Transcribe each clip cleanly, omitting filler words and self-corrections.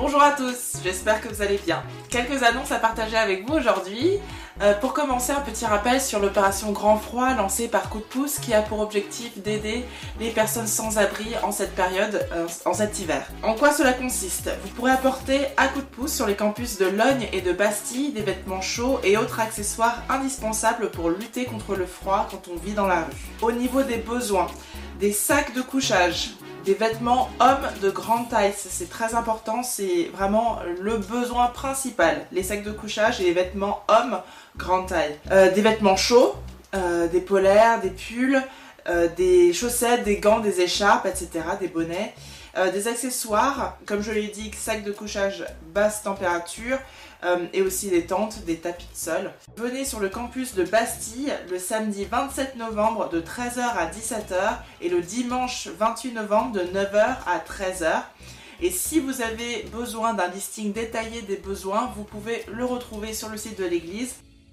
Bonjour à tous, j'espère que vous allez bien. Quelques annonces à partager avec vous aujourd'hui. Pour commencer, un petit rappel sur l'opération Grand Froid lancée par Coup de Pouce qui a pour objectif d'aider les personnes sans abri en cette période, en cet hiver. En quoi cela consiste? Vous pourrez apporter à Coup de Pouce sur les campus de Logne et de Bastille des vêtements chauds et autres accessoires indispensables pour lutter contre le froid quand on vit dans la rue. Au niveau des besoins, des sacs de couchage, des vêtements hommes de grande taille, c'est très important, c'est vraiment le besoin principal. Les sacs de couchage et les vêtements hommes grande taille. Des vêtements chauds, des polaires, des pulls, des chaussettes, des gants, des écharpes, etc., des bonnets. Des accessoires, comme je l'ai dit, sacs de couchage basse température et aussi des tentes, des tapis de sol. Venez sur le campus de Bastille le samedi 27 novembre de 13h à 17h et le dimanche 28 novembre de 9h à 13h. Et si vous avez besoin d'un listing détaillé des besoins, vous pouvez le retrouver sur le site de l'église.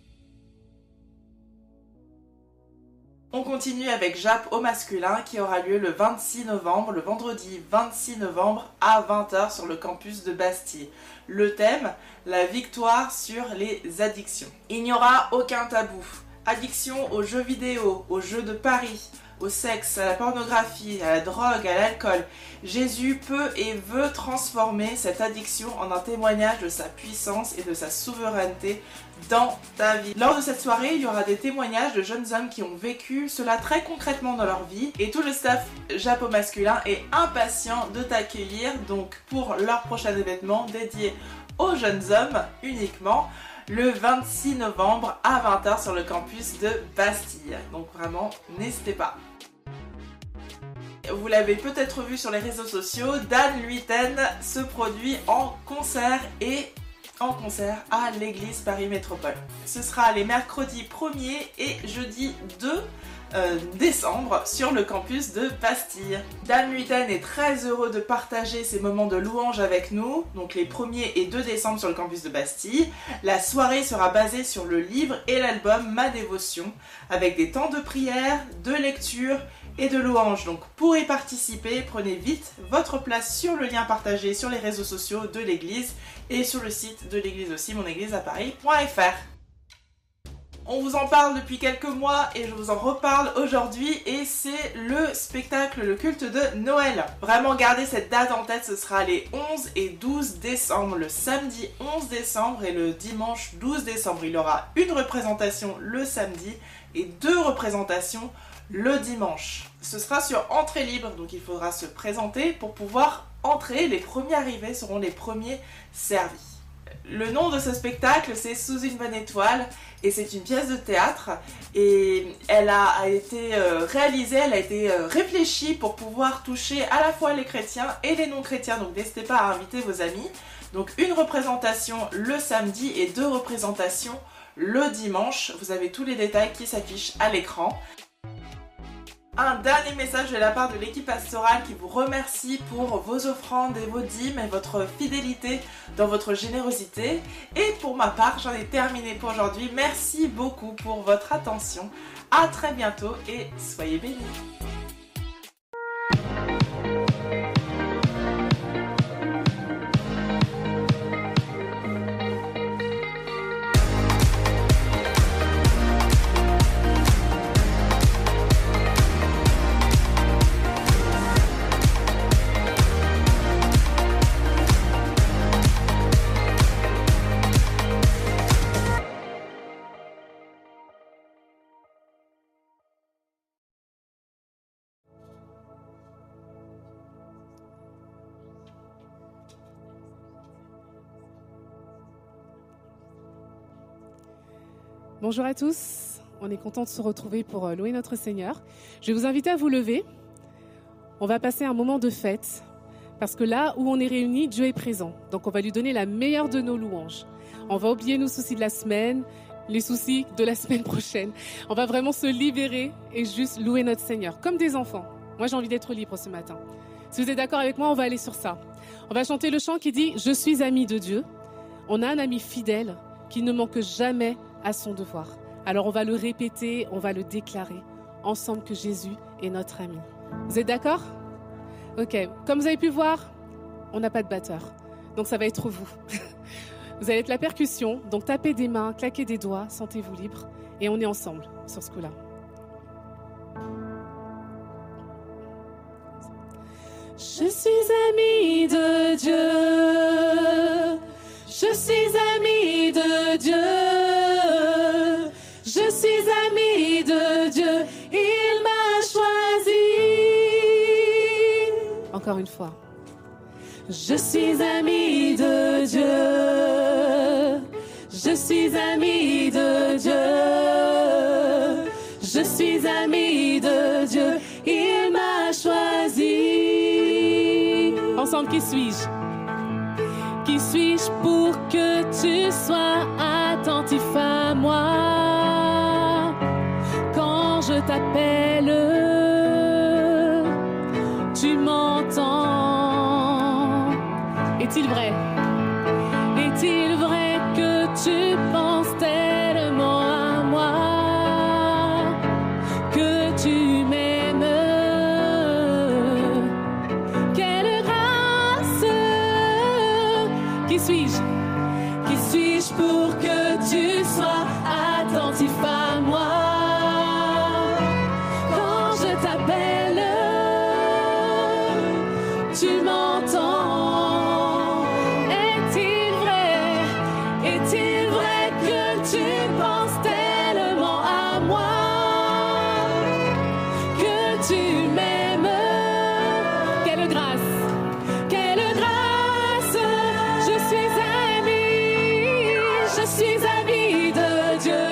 On continue avec Jap au masculin qui aura lieu le 26 novembre, le vendredi 26 novembre à 20h sur le campus de Bastille. Le thème, la victoire sur les addictions. Il n'y aura aucun tabou. Addiction aux jeux vidéo, aux jeux de paris, au sexe, à la pornographie, à la drogue, à l'alcool. Jésus peut et veut transformer cette addiction en un témoignage de sa puissance et de sa souveraineté dans ta vie. Lors de cette soirée, il y aura des témoignages de jeunes hommes qui ont vécu cela très concrètement dans leur vie et tout le staff Japo masculin est impatient de t'accueillir donc pour leur prochain événement dédié aux jeunes hommes uniquement le 26 novembre à 20h sur le campus de Bastille. Donc vraiment, n'hésitez pas. Vous l'avez peut-être vu sur les réseaux sociaux, Dan Luyten se produit en concert à l'église Paris Métropole. Ce sera les mercredis 1er et jeudi 2 décembre sur le campus de Bastille. Dan Luyten est très heureux de partager ces moments de louange avec nous, donc les 1er et 2 décembre sur le campus de Bastille. La soirée sera basée sur le livre et l'album Ma Dévotion, avec des temps de prière, de lecture et de louange. Donc pour y participer, prenez vite votre place sur le lien partagé sur les réseaux sociaux de l'église et sur le site de l'église aussi, monégliseaparis.fr. On vous en parle depuis quelques mois et je vous en reparle aujourd'hui et c'est le spectacle, le culte de Noël. Vraiment gardez cette date en tête, ce sera les 11 et 12 décembre, le samedi 11 décembre et le dimanche 12 décembre. Il y aura une représentation le samedi et 2 représentations le dimanche. Ce sera sur entrée libre, donc il faudra se présenter pour pouvoir entrer. Les premiers arrivés seront les premiers servis. Le nom de ce spectacle, c'est Sous une bonne étoile et c'est une pièce de théâtre et elle a été réalisée, elle a été réfléchie pour pouvoir toucher à la fois les chrétiens et les non-chrétiens, donc n'hésitez pas à inviter vos amis. Donc une représentation le samedi et 2 représentations le dimanche. Vous avez tous les détails qui s'affichent à l'écran. Un dernier message de la part de l'équipe pastorale qui vous remercie pour vos offrandes et vos dîmes et votre fidélité dans votre générosité. Et pour ma part, j'en ai terminé pour aujourd'hui. Merci beaucoup pour votre attention. À très bientôt et soyez bénis. Bonjour à tous, on est content de se retrouver pour louer notre Seigneur. Je vais vous inviter à vous lever. On va passer un moment de fête parce que là où on est réunis, Dieu est présent. Donc on va lui donner la meilleure de nos louanges. On va oublier nos soucis de la semaine, les soucis de la semaine prochaine. On va vraiment se libérer et juste louer notre Seigneur comme des enfants. Moi j'ai envie d'être libre ce matin. Si vous êtes d'accord avec moi, on va aller sur ça. On va chanter le chant qui dit « Je suis ami de Dieu ». On a un ami fidèle qui ne manque jamais à son devoir. Alors on va le répéter, on va le déclarer ensemble que Jésus est notre ami. Vous êtes d'accord? Ok, comme vous avez pu voir, on n'a pas de batteur. Donc ça va être vous. Vous allez être la percussion, donc tapez des mains, claquez des doigts, sentez-vous libre. Et on est ensemble sur ce coup-là. Je suis amie de Dieu. Je suis amie de Dieu. Je suis amie de Dieu. Il m'a choisi. Encore une fois. Je suis amie de Dieu. Je suis amie de Dieu. Je suis amie de Dieu. Il m'a choisi. Ensemble, qui suis-je? Qui suis-je pour que tu sois attentif à moi? Quand je t'appelle, tu m'entends. Est-il vrai? Est-il vrai que tu penses tellement à moi? Que tu m'aimes? Quelle grâce! Qui suis-je? Qui suis-je pour que tu sois attentif à moi? Quand je t'appelle, tu m'entends. Est-il vrai que tu penses tellement à moi? Que tu m'aimes? Quelle grâce! Quelle grâce! Je suis amie de Dieu.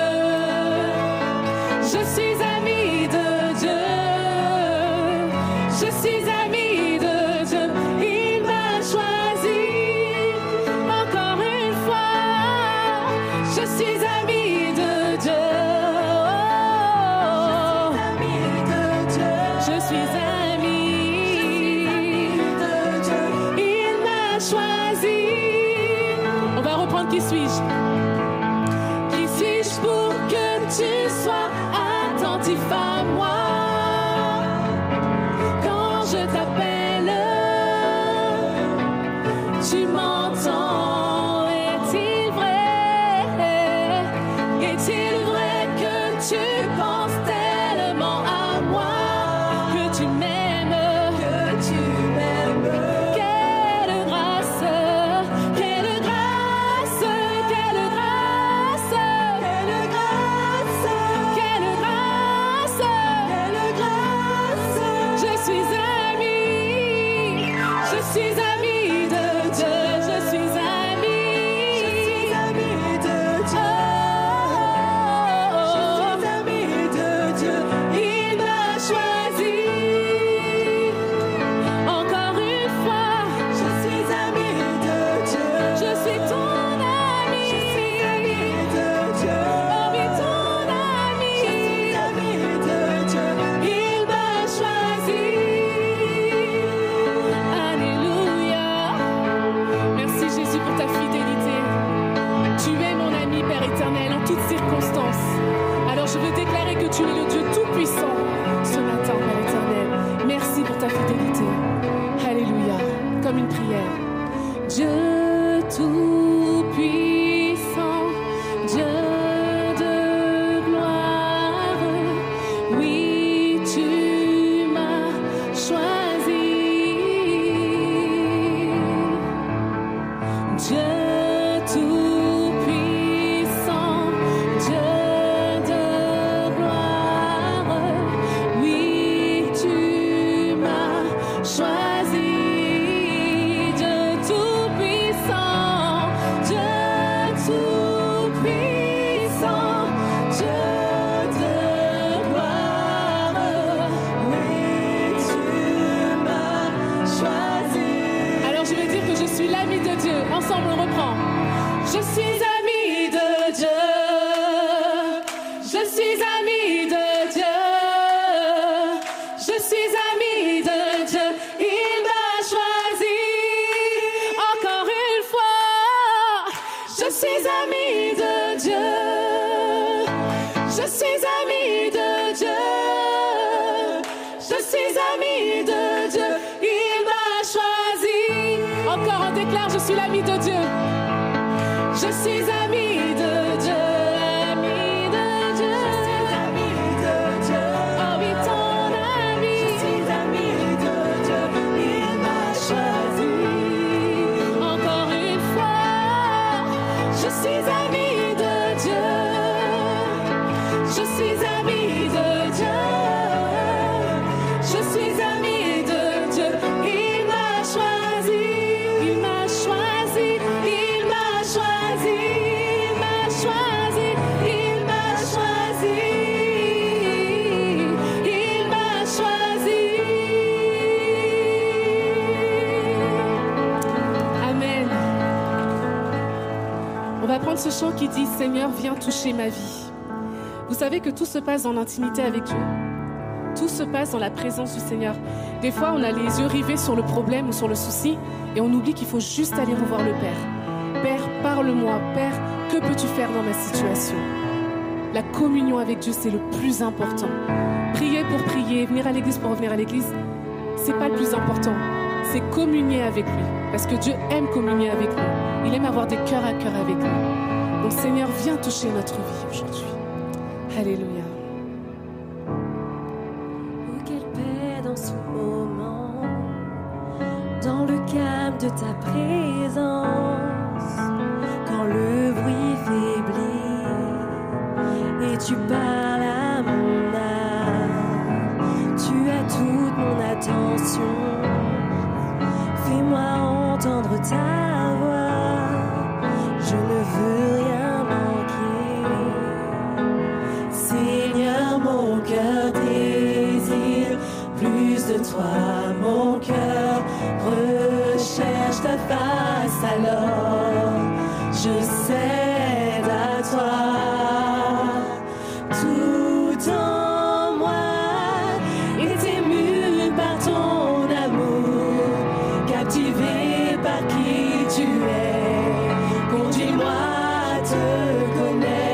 Je suis amie de Dieu. Je suis amie de Dieu. Il m'a choisi. Encore une fois, je suis amie de Dieu. Je suis amie de Dieu. Il m'a choisi. On va reprendre. Qui suis-je? Qui suis-je pour que tu sois attentif à moi? Quand je t'appelle, tu m'entends. Est-il vrai que tu penses tellement à moi? Que tu m'aimes? Quelle grâce! Quelle grâce! Quelle grâce! Quelle grâce! Quelle grâce! Quelle grâce! Je suis amie de Dieu. Je suis amie de Dieu. Je suis amie de Dieu. Il m'a choisi. Encore une fois, je suis amie de Dieu. Je suis ton amie. Je suis amie de Dieu. Oh oui, ton amie. Je suis amie de Dieu. Il m'a choisi. Alléluia. Merci Jésus pour ta fidélité. Tu es mon ami, Père éternel, en toutes circonstances. Alors je veux déclarer que tu es le Dieu tout-puissant ce matin, Père éternel. Merci pour ta fidélité. Alléluia. Comme une prière. Dieu tout-puissant, Dieu de gloire, oui, tu m'as choisi. Dieu tout-puissant, Dieu de gloire, oui, tu m'as choisi. Dieu tout-puissant, Dieu tout-puissant, Dieu de gloire, oui, tu m'as choisi. Alors je vais dire que je suis l'ami de Dieu. Ensemble on reprend. Je suis amie de Dieu. Je suis amie de Dieu. Je suis amie de Dieu. Il m'a choisi. Encore une fois. Je suis amie de Dieu. Je suis amie de Dieu. Je suis amie de Dieu. Il m'a choisi. Encore déclare, je suis l'ami de Dieu. Je suis ami de Dieu. Ami de Dieu. Je suis ami de Dieu. Oh oui, ton ami. Je suis ami de Dieu. Il m'a choisi. Encore une fois, je suis ami de Dieu. Je suis ami de Dieu. Je suis ami de Dieu. Il m'a choisi. Il m'a choisi. Il m'a choisi. Il m'a choisi. Il m'a choisi. Il m'a choisi. Amen. On va prendre ce chant qui dit « Seigneur, viens toucher ma vie ». Vous savez que tout se passe dans l'intimité avec Dieu. Tout se passe dans la présence du Seigneur. Des fois, on a les yeux rivés sur le problème ou sur le souci et on oublie qu'il faut juste aller revoir le Père. Père, parle-moi. Père, que peux-tu faire dans ma situation? La communion avec Dieu, c'est le plus important. Prier pour prier, venir à l'église pour revenir à l'église, c'est pas le plus important. C'est communier avec lui. Parce que Dieu aime communier avec nous. Il aime avoir des cœurs à cœur avec nous. Donc Seigneur, viens toucher notre vie aujourd'hui. Alléluia. Oh, quelle paix dans ce moment, dans le calme de ta présence, quand le bruit faiblit et tu parles à mon âme, tu as toute mon attention, fais-moi entendre ta voix, je ne veux rien manquer. Seigneur, mon cœur désire plus de toi, mon cœur recherche ta face, alors je cède à toi. Tout en moi est ému par ton amour, captivé par qui tu es, conduis-moi à te connaître.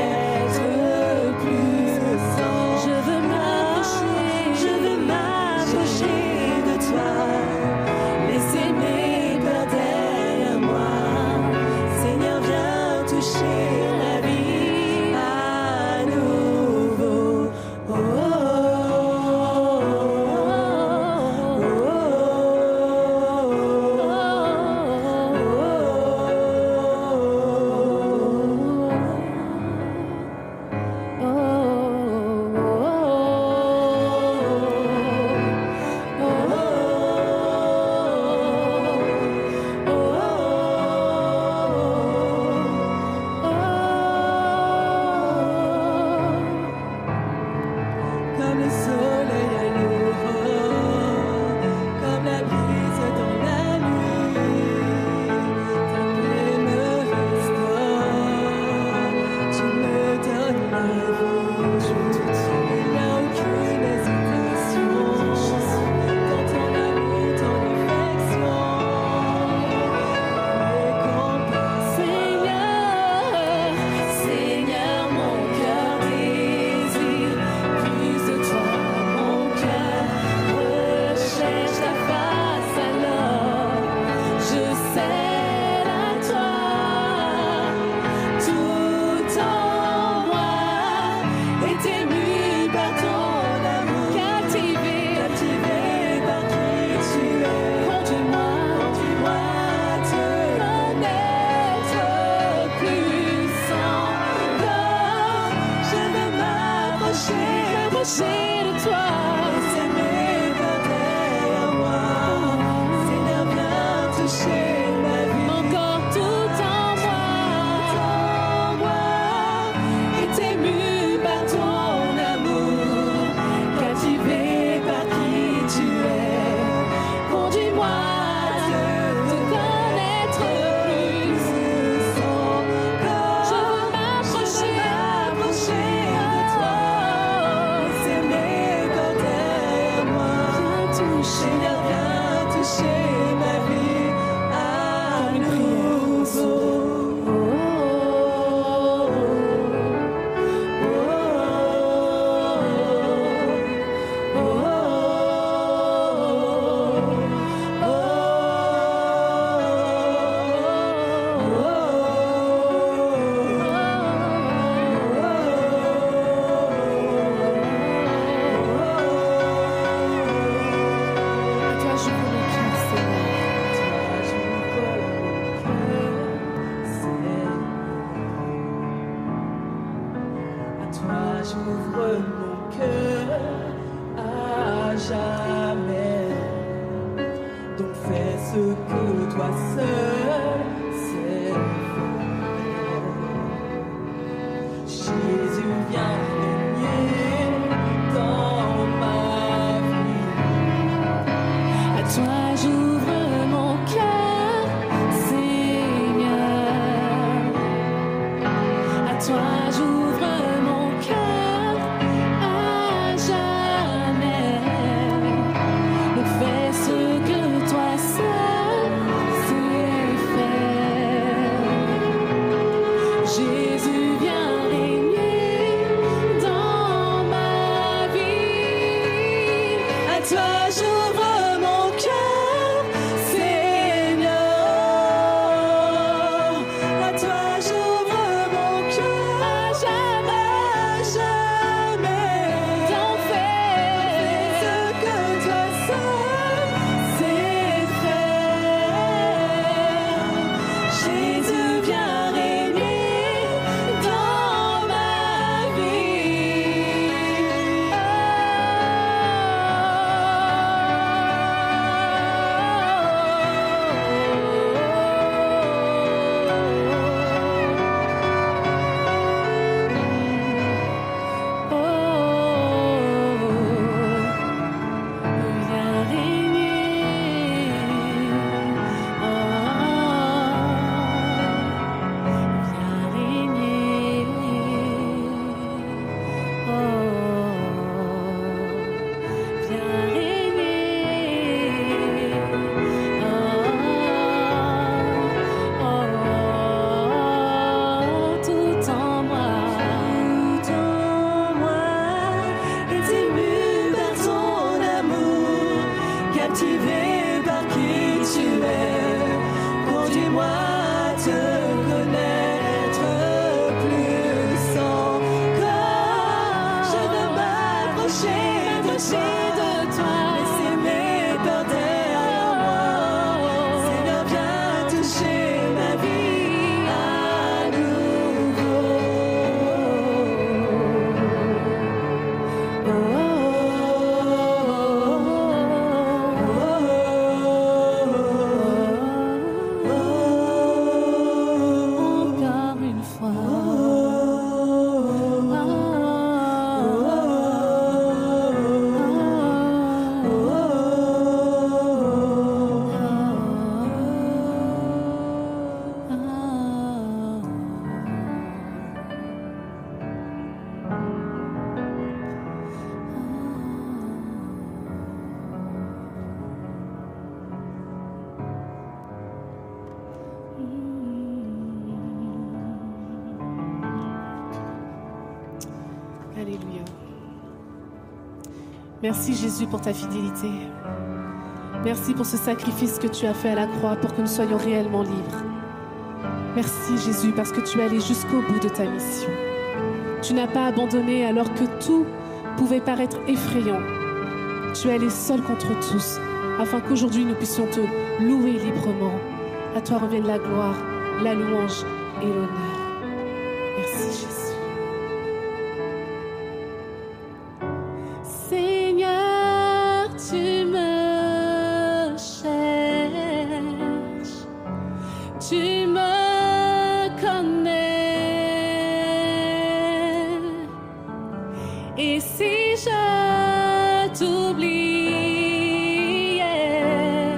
mon cœur à jamais. Donc fais ce que toi seul sais faire. Jésus, viens régner dans ma vie. À toi j'ouvre mon cœur, Seigneur. À toi j'ouvre mon cœur à jamais. Et fais ce que toi seul sais faire. Jésus, viens régner dans ma vie. À toi j'ouvre mon cœur, Seigneur. À toi j'ouvre mon cœur à jamais, jamais. T'en fais ce que toi seul sais faire. Jésus, viens régner dans ma tout en moi est ému par ton amour, captivé par qui tu es. Conduis-moi à te connaître plus encore. Je veux m'approcher de toi, laisser mes peurs derrière moi. Seigneur, viens toucher ma vie à nouveau. Encore une Alléluia. Merci Jésus pour ta fidélité. Merci pour ce sacrifice que tu as fait à la croix pour que nous soyons réellement libres. Merci Jésus parce que tu es allé jusqu'au bout de ta mission. Tu n'as pas abandonné alors que tout pouvait paraître effrayant. Tu es allé seul contre tous afin qu'aujourd'hui nous puissions te louer librement. À toi revienne la gloire, la louange et l'honneur. Merci Jésus. Seigneur, tu me cherches, tu me connais. Et si je t'oubliais,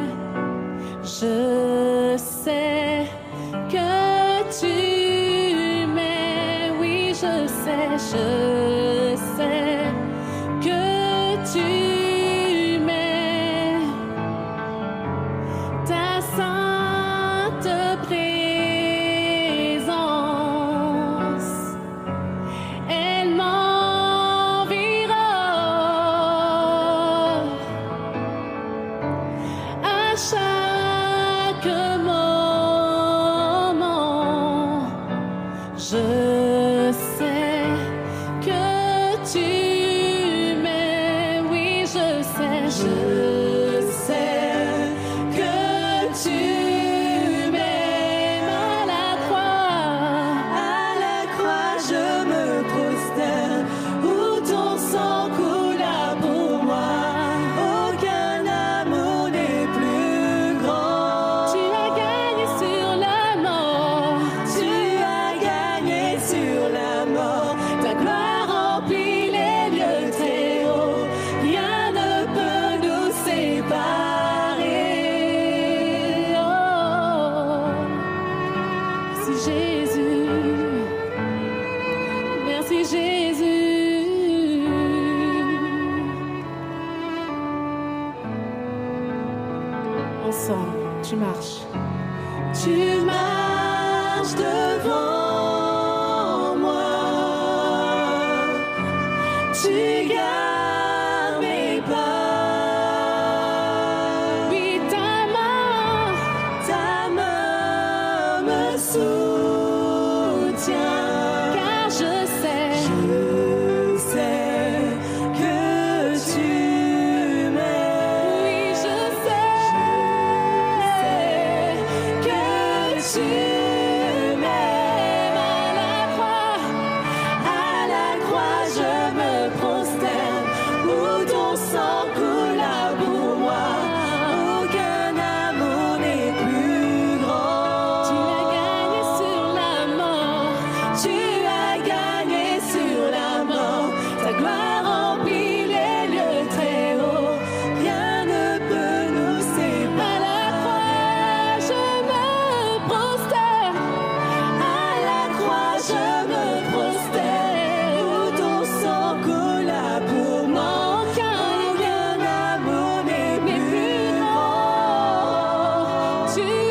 je sais que tu m'aimes. Oui, je sais que tu m'aimes. Ta sainte présence, elle m'environne à chaque moment. Je sais que Jésus. Merci Jésus. Ensemble, tu marches. Tu marches devant moi. Tu gardes mes pas. Oui, ta main me soutient. Car je sais que tu m'aimes. Oui, je sais que tu m'aimes. À la croix, je me prosterne, où ton sang coula pour moi. Aucun amour n'est plus grand. Tu as gagné sur la mort. Tu as gagné sur la mort. Ta gloire remplit les lieux très hauts. Rien ne peut nous séparer. À la croix, je me prosterne. À la croix, je me prosterne. Où ton sang coula pour moi. Aucun amour n'est plus grand.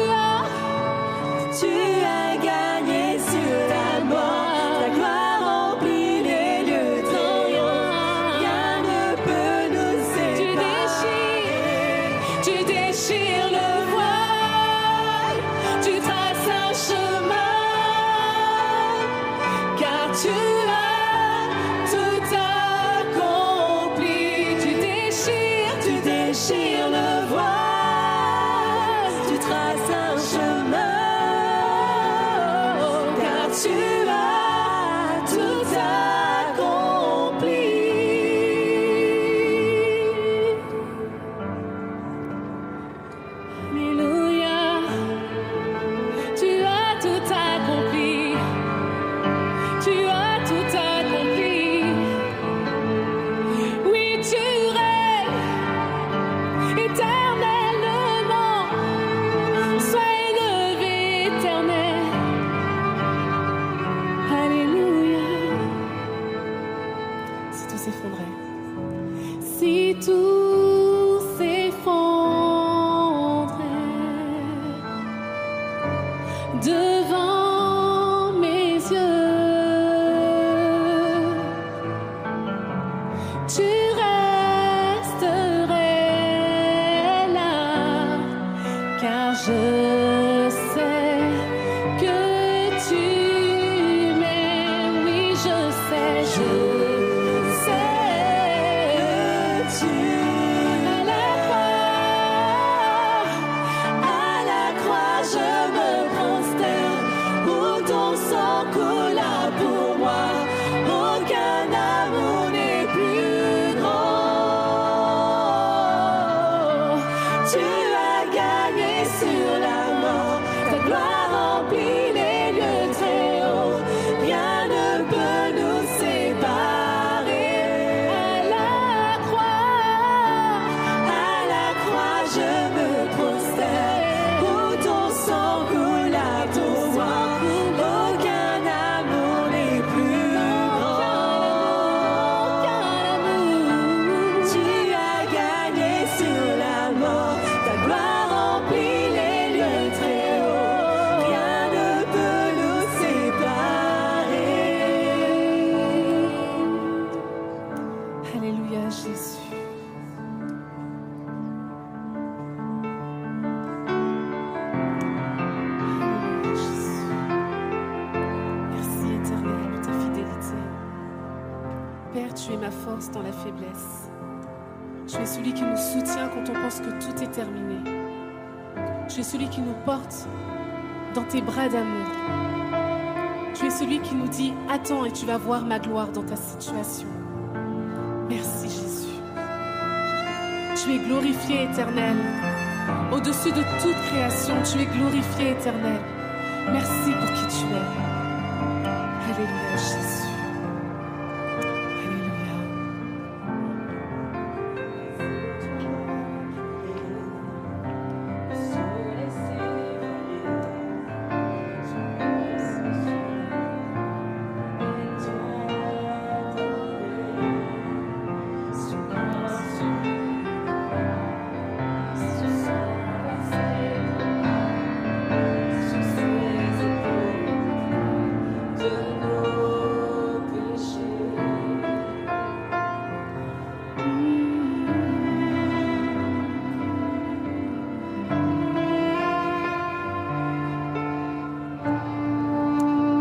Tu as gagné sur la mort. Ta gloire remplit les lieux très hauts. Rien ne peut nous séparer. Tu déchires le voile. Tu traces un chemin. Car tu as tout accompli. Tu déchires le voile. Tu traces un chemin. Car tu as tout accompli. Alléluia. Tu as tout accompli. Tu as tout accompli. Oui, tu règnes éternellement. Sois élevé, éternel. Alléluia. Si tout s'effondrait. Si tout s'effondrait devant mes yeux, tu resterais là, car je sais que tu m'aimes. Oui, je sais que tu à la croix, je me prosterne, où ton sang coula pour moi. Aucun amour n'est plus grand. Tu as gagné sur la mort. Ta gloire remplit les lieux très hauts. Rien ne peut nous séparer. À la croix, je me prosterne, où ton sang coula pour moi. Aucun amour n'est plus grand. Tu as gagné sur la mort. Ta gloire remplit les lieux très hauts. Rien ne peut nous séparer. Alléluia, Jésus. Alléluia, Jésus. Merci éternel de ta fidélité. Père, tu es ma force dans la faiblesse. Tu es celui qui nous soutient quand on pense que tout est terminé. Tu es celui qui nous porte dans tes bras d'amour. Tu es celui qui nous dit « Attends et tu vas voir ma gloire dans ta situation ». Merci Jésus. Tu es glorifié éternel. Au-dessus de toute création, tu es glorifié éternel. Merci pour qui tu es. Alléluia Jésus. Alléluia.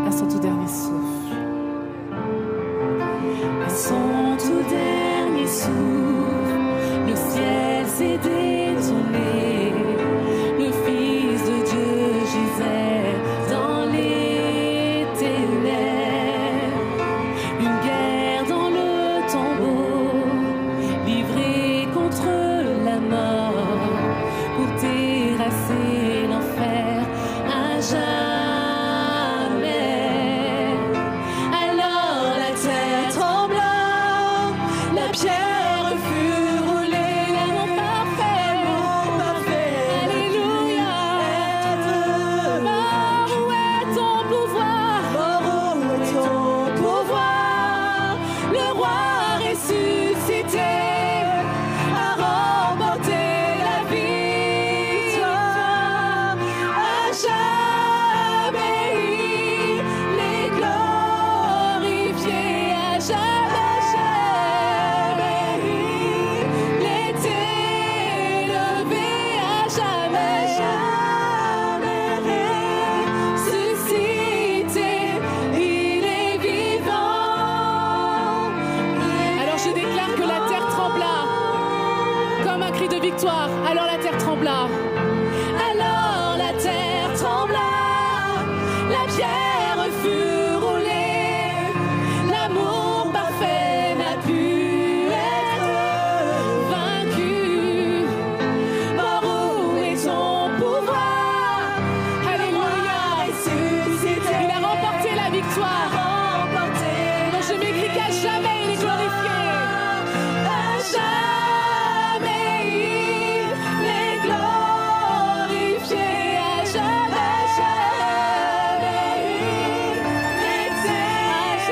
à son tout dernier souffle. À son tout dernier souffle, le ciel s'est détourné. Le Fils de Dieu gisait dans les ténèbres. Une guerre dans le tombeau, livrée contre la mort, pour terrasser l'enfer à jamais. Alors la terre trembla, la pierre fut roulée, l'amour parfait, alléluia. Mort, où est ton pouvoir? Mort, où est ton pouvoir? Le roi ressuscité a remporté la victoire. À jamais il est glorifié, à jamais il est élevé, à jamais ressuscité, il est vivant. Alors je déclare que la terre trembla comme un cri de victoire. Alors la terre trembla. Alors la terre trembla, la pierre fut roulée, l'amour parfait n'a pu être vaincu. Mort, où est ton pouvoir? Alléluia. Ressuscité, Il a remporté la victoire. Donc je m'écris qu'à jamais il est glorifié. à jamais il est glorifié, à jamais il est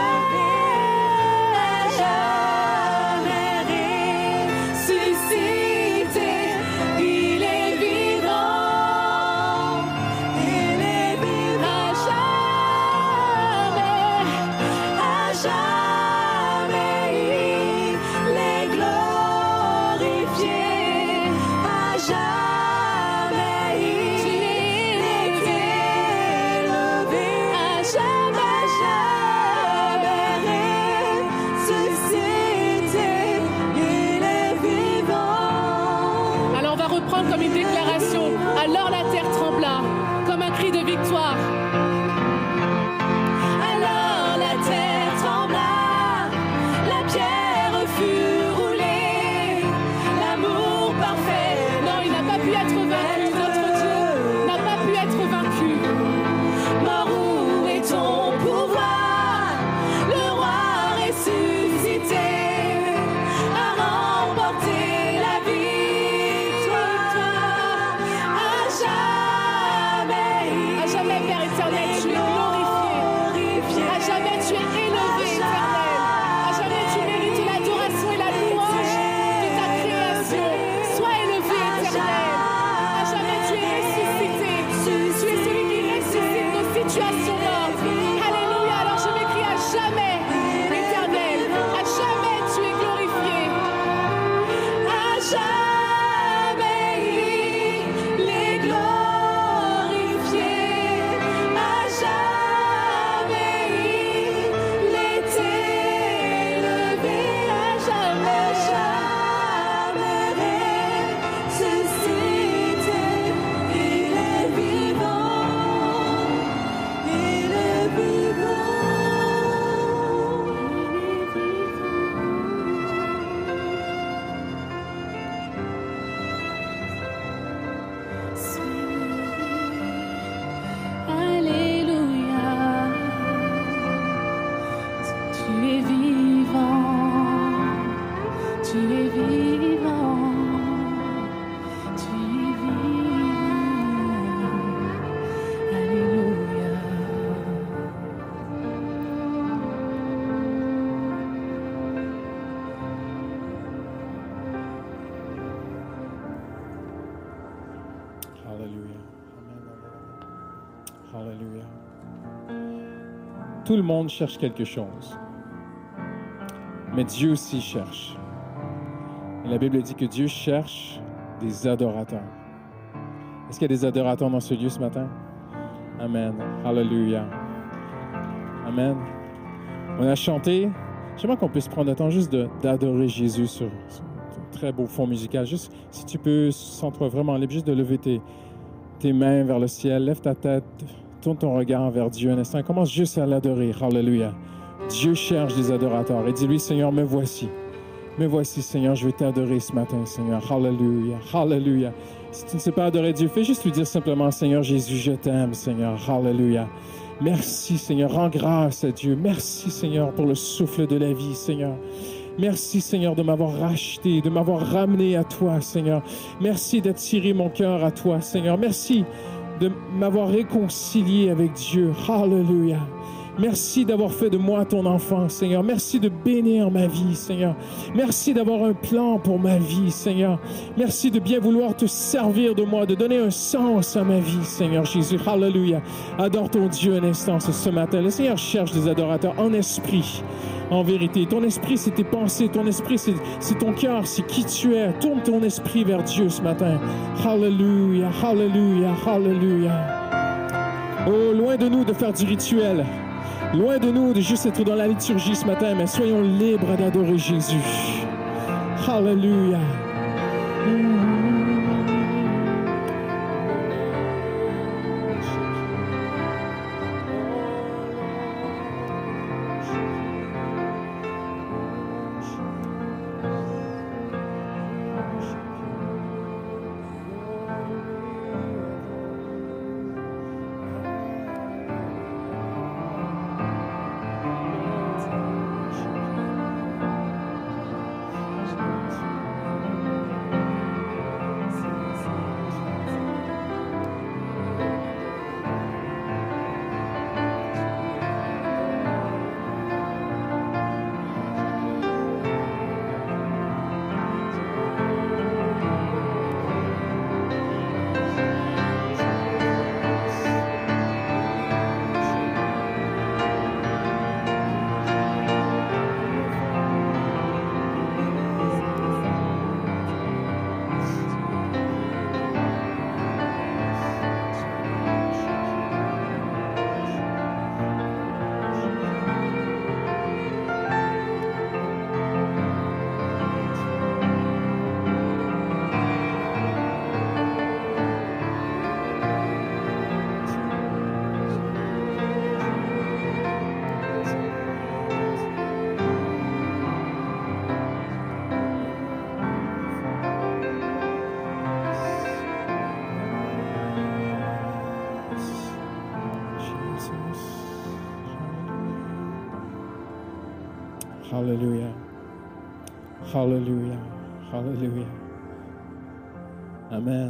à jamais ressuscité, il est vivant, à jamais il est glorifié, à jamais il est élevé, à jamais ressuscité, il est vivant. Alors on va reprendre comme une déclaration. Alors la terre trembla comme un cri de victoire. Alors la terre trembla, la pierre fut roulée, l'amour parfait. Non, il n'a pas pu être vaincu. Notre Dieu n'a pas pu être vaincu. Mort, où est ton pouvoir? Le roi ressuscité a remporté la victoire. À jamais, Père éternel, tu es glorifié. À jamais tu es élevé, éternel. À jamais tu mérites l'adoration et la louange de ta création. Sois élevé, éternel. À jamais tu es ressuscité. Tu es celui qui ressuscite nos situations mortes. Alléluia. Alors je m'écris à jamais, éternel. À jamais tu es glorifié. À jamais il est glorifié, à jamais il est élevé, à jamais ressuscité, il est vivant, il est vivant. Alléluia, tu es vivant, tu es vivant, tu es vivant. Alléluia. Alléluia. Alléluia. Tout le monde cherche quelque chose. Mais Dieu aussi cherche. Et la Bible dit que Dieu cherche des adorateurs. Est-ce qu'il y a des adorateurs dans ce lieu ce matin? Amen. Alléluia. Amen. On a chanté. J'aimerais qu'on puisse prendre le temps juste d'adorer Jésus sur un très beau fond musical. Juste, si tu peux, sens-toi vraiment libre, juste de lever tes mains vers le ciel. Lève ta tête, tourne ton regard vers Dieu un instant. Commence juste à l'adorer. Hallelujah. Dieu cherche des adorateurs. Et dis-lui, Seigneur, me voici. Me voici, Seigneur, je vais t'adorer ce matin, Seigneur. Hallelujah. Hallelujah. Si tu ne sais pas adorer Dieu, fais juste lui dire simplement, Seigneur Jésus, je t'aime, Seigneur. Hallelujah. Merci, Seigneur. Rends grâce à Dieu. Merci, Seigneur, pour le souffle de la vie, Seigneur. Merci, Seigneur, de m'avoir racheté, de m'avoir ramené à toi, Seigneur. Merci d'attirer mon cœur à toi, Seigneur. Merci de m'avoir réconcilié avec Dieu. Hallelujah. Merci d'avoir fait de moi ton enfant, Seigneur. Merci de bénir ma vie, Seigneur. Merci d'avoir un plan pour ma vie, Seigneur. Merci de bien vouloir te servir de moi, de donner un sens à ma vie, Seigneur Jésus. Hallelujah. Adore ton Dieu un instant ce matin. Le Seigneur cherche des adorateurs en esprit, en vérité. Ton esprit, c'est tes pensées. Ton esprit, c'est ton cœur. C'est qui tu es. Tourne ton esprit vers Dieu ce matin. Hallelujah, hallelujah, hallelujah. Oh, loin de nous de faire du rituel. Loin de nous de juste être dans la liturgie ce matin, mais soyons libres d'adorer Jésus. Hallelujah. Hallelujah. Hallelujah. Hallelujah. Amen.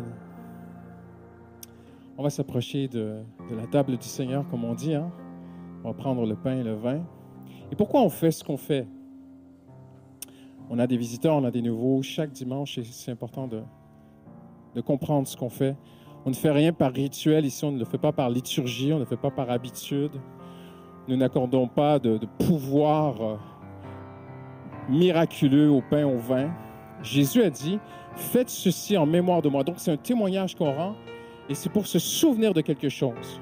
On va s'approcher de la table du Seigneur, comme on dit. Hein? On va prendre le pain et le vin. Et pourquoi on fait ce qu'on fait? On a des visiteurs, on a des nouveaux chaque dimanche et c'est important de comprendre ce qu'on fait. On ne fait rien par rituel ici, on ne le fait pas par liturgie, on ne le fait pas par habitude. Nous n'accordons pas de pouvoir miraculeux au pain, au vin. Jésus a dit, faites ceci en mémoire de moi. Donc, c'est un témoignage qu'on rend et c'est pour se souvenir de quelque chose.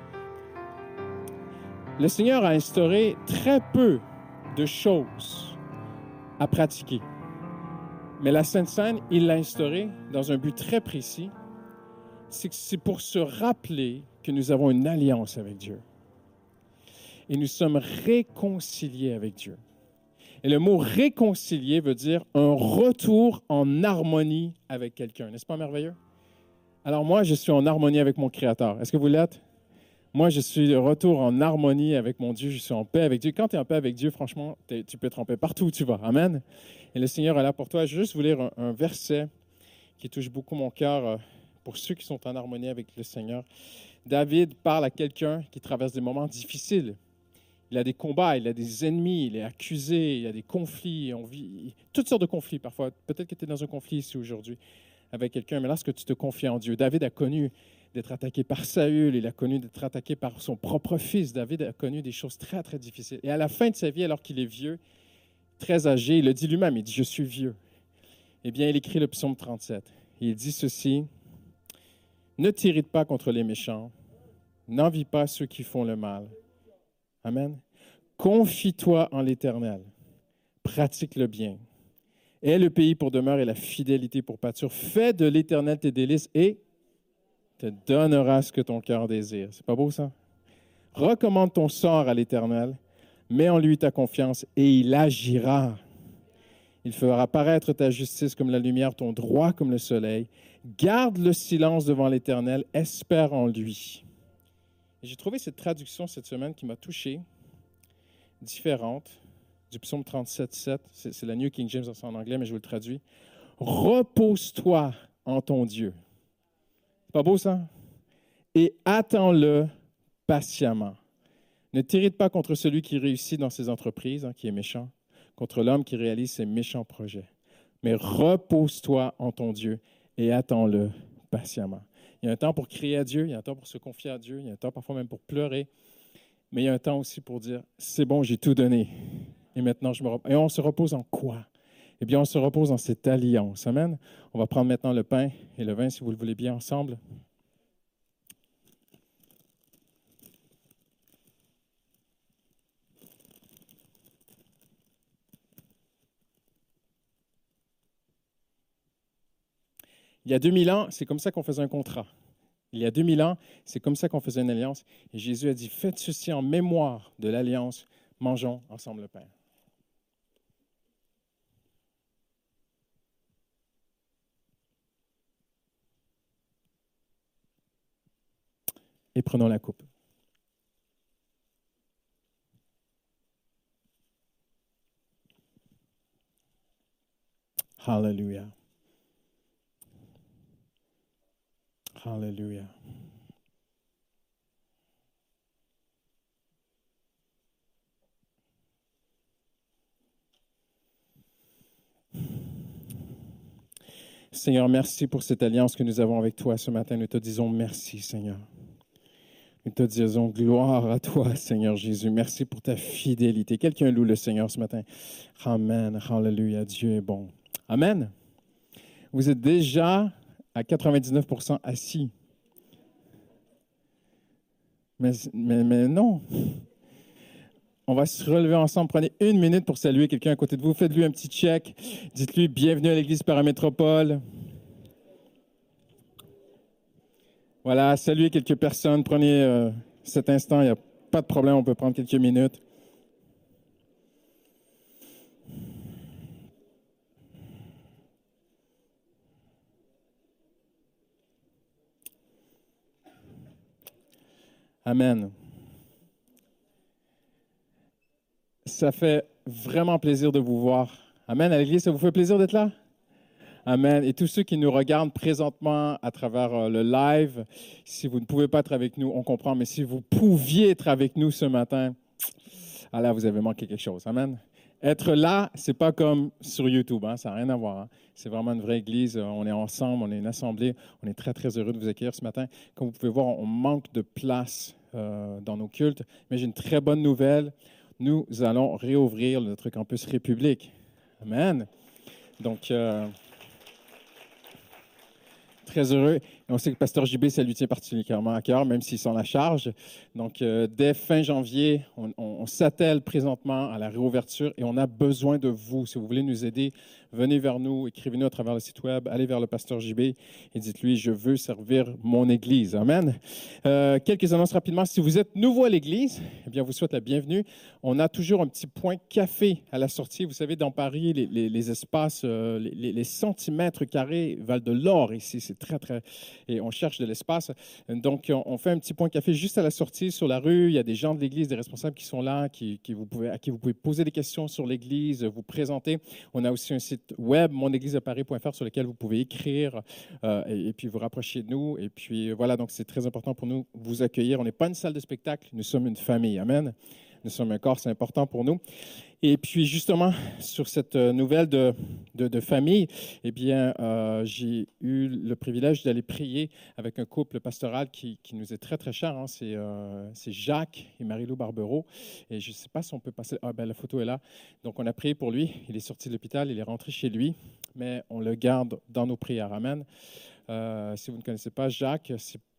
Le Seigneur a instauré très peu de choses à pratiquer. Mais la Sainte Seine, il l'a instaurée dans un but très précis. C'est pour se rappeler que nous avons une alliance avec Dieu. Et nous sommes réconciliés avec Dieu. Et le mot « réconcilier » veut dire un retour en harmonie avec quelqu'un. N'est-ce pas merveilleux? Alors moi, je suis en harmonie avec mon Créateur. Est-ce que vous l'êtes? Moi, je suis de retour en harmonie avec mon Dieu. Je suis en paix avec Dieu. Quand tu es en paix avec Dieu, franchement, tu peux être en paix partout où tu vas. Amen. Et le Seigneur est là pour toi. Je vais juste vous lire un verset qui touche beaucoup mon cœur pour ceux qui sont en harmonie avec le Seigneur. David parle à quelqu'un qui traverse des moments difficiles. Il a des combats, il a des ennemis, il est accusé, il y a des conflits, on vit toutes sortes de conflits parfois. Peut-être que tu es dans un conflit ici aujourd'hui avec quelqu'un, mais lorsque tu te confies en Dieu, David a connu d'être attaqué par Saül, il a connu d'être attaqué par son propre fils. David a connu des choses très, très difficiles. Et à la fin de sa vie, alors qu'il est vieux, très âgé, il le dit lui-même, il dit « Je suis vieux ». Eh bien, il écrit le psaume 37. Il dit ceci, « Ne t'irrite pas contre les méchants, n'envie pas ceux qui font le mal. Amen. Confie-toi en l'Éternel. Pratique le bien. Aie le pays pour demeure et la fidélité pour pâture. Fais de l'Éternel tes délices et te donnera ce que ton cœur désire. C'est pas beau ça? Recommande ton sort à l'Éternel. Mets en lui ta confiance et il agira. Il fera paraître ta justice comme la lumière, ton droit comme le soleil. Garde le silence devant l'Éternel, espère en lui. Et j'ai trouvé cette traduction cette semaine qui m'a touché, différente, du psaume 37,7. C'est la New King James en anglais, mais je vous le traduis. Repose-toi en ton Dieu. C'est pas beau ça? Et attends-le patiemment. Ne t'irrite pas contre celui qui réussit dans ses entreprises, qui est méchant, contre l'homme qui réalise ses méchants projets. Mais repose-toi en ton Dieu et attends-le patiemment. Il y a un temps pour crier à Dieu, il y a un temps pour se confier à Dieu, il y a un temps parfois même pour pleurer, mais il y a un temps aussi pour dire « c'est bon, j'ai tout donné et maintenant je me repose ». Et on se repose en quoi? Eh bien, on se repose dans cette alliance. Amen. On va prendre maintenant le pain et le vin, si vous le voulez bien, ensemble. Il y a 2000 ans, c'est comme ça qu'on faisait un contrat. Il y a 2000 ans, c'est comme ça qu'on faisait une alliance. Et Jésus a dit, faites ceci en mémoire de l'alliance. Mangeons ensemble le pain. Et prenons la coupe. Hallelujah. Hallelujah. Seigneur, merci pour cette alliance que nous avons avec toi ce matin. Nous te disons merci, Seigneur. Nous te disons gloire à toi, Seigneur Jésus. Merci pour ta fidélité. Quelqu'un loue le Seigneur ce matin. Amen. Hallelujah. Dieu est bon. Amen. Vous êtes déjà à 99% assis. Mais non. On va se relever ensemble. Prenez 1 minute pour saluer quelqu'un à côté de vous. Faites-lui un petit check. Dites-lui bienvenue à l'Église Paramétropole. Voilà, saluez quelques personnes. Prenez cet instant. Il n'y a pas de problème. On peut prendre quelques minutes. Amen. Ça fait vraiment plaisir de vous voir. Amen. À l'Église, ça vous fait plaisir d'être là? Amen. Et tous ceux qui nous regardent présentement à travers le live, si vous ne pouvez pas être avec nous, on comprend, mais si vous pouviez être avec nous ce matin, ah là, vous avez manqué quelque chose. Amen. Être là, c'est pas comme sur YouTube, ça n'a rien à voir. C'est vraiment une vraie église. On est ensemble, on est une assemblée. On est très, très heureux de vous accueillir ce matin. Comme vous pouvez voir, on manque de place dans nos cultes. Mais j'ai une très bonne nouvelle. Nous allons réouvrir notre campus République. Amen. Donc, très heureux. Et on sait que Pasteur JB, ça lui tient particulièrement à cœur, même s'il s'en la charge. Donc, dès fin janvier, on s'attelle présentement à la réouverture et on a besoin de vous. Si vous voulez nous aider, venez vers nous, écrivez-nous à travers le site web, allez vers le Pasteur JB et dites-lui, je veux servir mon Église. Amen. Quelques annonces rapidement. Si vous êtes nouveau à l'Église, eh bien, vous souhaite la bienvenue. On a toujours un petit point café à la sortie. Vous savez, dans Paris, les espaces, les centimètres carrés valent de l'or ici. C'est très, très... Et on cherche de l'espace. Donc, on fait un petit point café juste à la sortie sur la rue. Il y a des gens de l'Église, des responsables qui sont là, à qui vous pouvez poser des questions sur l'Église, vous présenter. On a aussi un site web, monéglisedeparis.fr, sur lequel vous pouvez écrire et puis vous rapprocher de nous. Et puis voilà, donc c'est très important pour nous de vous accueillir. On n'est pas une salle de spectacle, nous sommes une famille. Amen. Nous sommes un corps, c'est important pour nous. Et puis justement, sur cette nouvelle de famille, eh bien, j'ai eu le privilège d'aller prier avec un couple pastoral qui nous est très, très cher. C'est Jacques et Marie-Lou Barbereau. Et je ne sais pas si on peut passer... Ah, ben la photo est là. Donc, on a prié pour lui. Il est sorti de l'hôpital, il est rentré chez lui, mais on le garde dans nos prières. Amen. Si vous ne connaissez pas Jacques,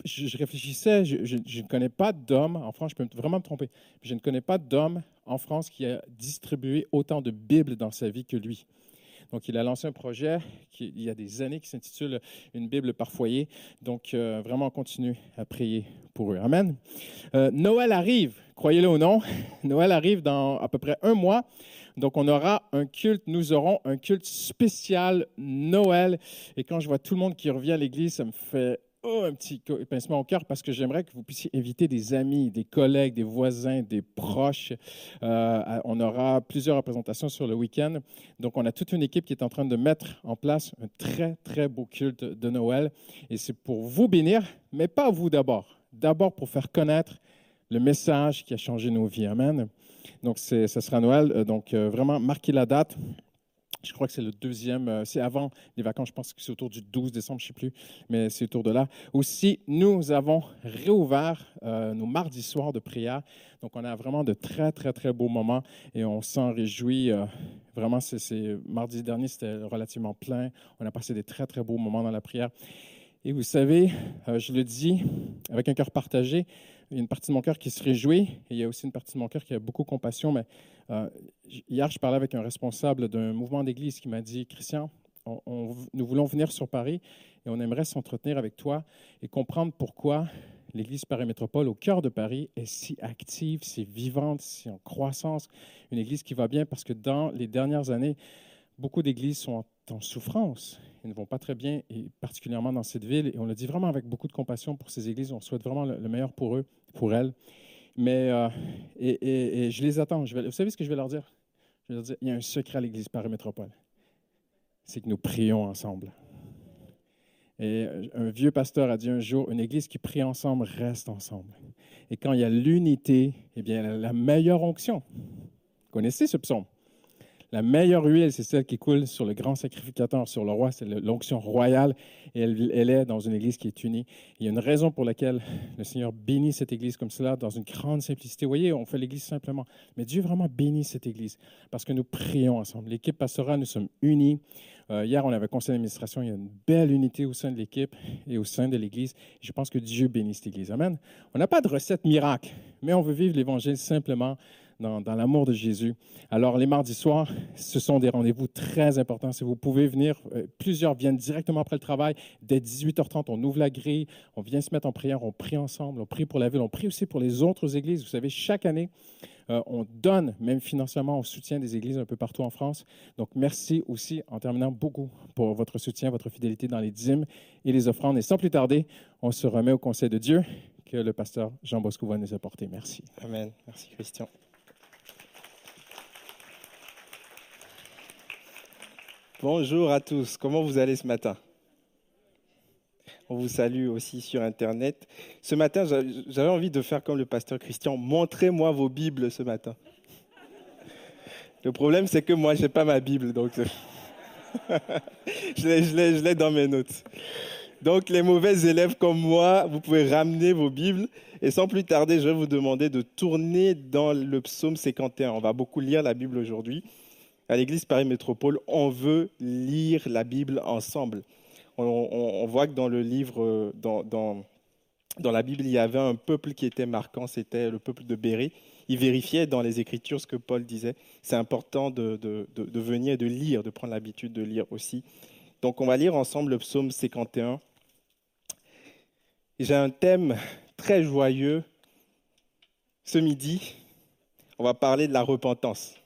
je réfléchissais, je ne connais pas d'homme en France, je peux vraiment me tromper, mais je ne connais pas d'homme en France qui a distribué autant de Bibles dans sa vie que lui. Donc, il a lancé un projet il y a des années qui s'intitule « Une Bible par foyer ». Donc, vraiment, on continue à prier pour eux. Amen. Noël arrive, croyez-le ou non. Noël arrive dans à peu près un mois. Donc, nous aurons un culte spécial Noël. Et quand je vois tout le monde qui revient à l'église, ça me fait un petit pincement au cœur parce que j'aimerais que vous puissiez inviter des amis, des collègues, des voisins, des proches. On aura plusieurs représentations sur le week-end. Donc, on a toute une équipe qui est en train de mettre en place un très, très beau culte de Noël. Et c'est pour vous bénir, mais pas vous d'abord. D'abord pour faire connaître le message qui a changé nos vies. Amen. Donc, ça sera Noël. Donc, vraiment, marquez la date. Je crois que c'est le deuxième, c'est avant les vacances, je pense que c'est autour du 12 décembre, je ne sais plus, mais c'est autour de là. Aussi, nous avons réouvert nos mardis soirs de prière. Donc, on a vraiment de très, très, très beaux moments et on s'en réjouit. Vraiment, mardi dernier, c'était relativement plein. On a passé des très, très beaux moments dans la prière. Et vous savez, je le dis avec un cœur partagé, il y a une partie de mon cœur qui se réjouit et il y a aussi une partie de mon cœur qui a beaucoup de compassion. Mais hier, je parlais avec un responsable d'un mouvement d'église qui m'a dit « Christian, nous voulons venir sur Paris et on aimerait s'entretenir avec toi et comprendre pourquoi l'église Paris Métropole au cœur de Paris est si active, si vivante, si en croissance. Une église qui va bien parce que dans les dernières années, beaucoup d'églises sont en souffrance. Ils ne vont pas très bien, et particulièrement dans cette ville. Et on le dit vraiment avec beaucoup de compassion pour ces églises. On souhaite vraiment le meilleur pour eux, pour elles. Mais et je les attends. Vous savez ce que je vais leur dire? Je vais leur dire, il y a un secret à l'église Paris Métropole. C'est que nous prions ensemble. Et un vieux pasteur a dit un jour, une église qui prie ensemble reste ensemble. Et quand il y a l'unité, eh bien, la meilleure onction. Vous connaissez ce psaume? La meilleure huile, c'est celle qui coule sur le grand sacrificateur, sur le roi, c'est l'onction royale, et elle est dans une église qui est unie. Il y a une raison pour laquelle le Seigneur bénit cette église comme cela, dans une grande simplicité. Vous voyez, on fait l'église simplement, mais Dieu vraiment bénit cette église, parce que nous prions ensemble. L'équipe pastorale, nous sommes unis. Hier, on avait un conseil d'administration, il y a une belle unité au sein de l'équipe et au sein de l'église. Je pense que Dieu bénit cette église. Amen. On n'a pas de recette miracle, mais on veut vivre l'évangile simplement dans l'amour de Jésus. Alors, les mardis soirs, ce sont des rendez-vous très importants. Si vous pouvez venir, plusieurs viennent directement après le travail. Dès 18h30, on ouvre la grille, on vient se mettre en prière, on prie ensemble, on prie pour la ville, on prie aussi pour les autres églises. Vous savez, chaque année, on donne, même financièrement, au soutien des églises un peu partout en France. Donc, merci aussi, en terminant, beaucoup pour votre soutien, votre fidélité dans les dîmes et les offrandes. Et sans plus tarder, on se remet au conseil de Dieu que le pasteur Jean Bosco va nous apporter. Merci. Amen. Merci, Christian. Bonjour à tous, comment vous allez ce matin? On vous salue aussi sur Internet. Ce matin, j'avais envie de faire comme le pasteur Christian, montrez-moi vos Bibles ce matin. Le problème, c'est que moi, je n'ai pas ma Bible, donc je l'ai dans mes notes. Donc, les mauvais élèves comme moi, vous pouvez ramener vos Bibles. Et sans plus tarder, je vais vous demander de tourner dans le psaume 51. On va beaucoup lire la Bible aujourd'hui. À l'église Paris Métropole, on veut lire la Bible ensemble. On voit que dans le livre, dans la Bible, il y avait un peuple qui était marquant, c'était le peuple de Bérée. Il vérifiait dans les Écritures ce que Paul disait. C'est important de venir et de lire, de prendre l'habitude de lire aussi. Donc, on va lire ensemble le psaume 51. J'ai un thème très joyeux. Ce midi, on va parler de la repentance.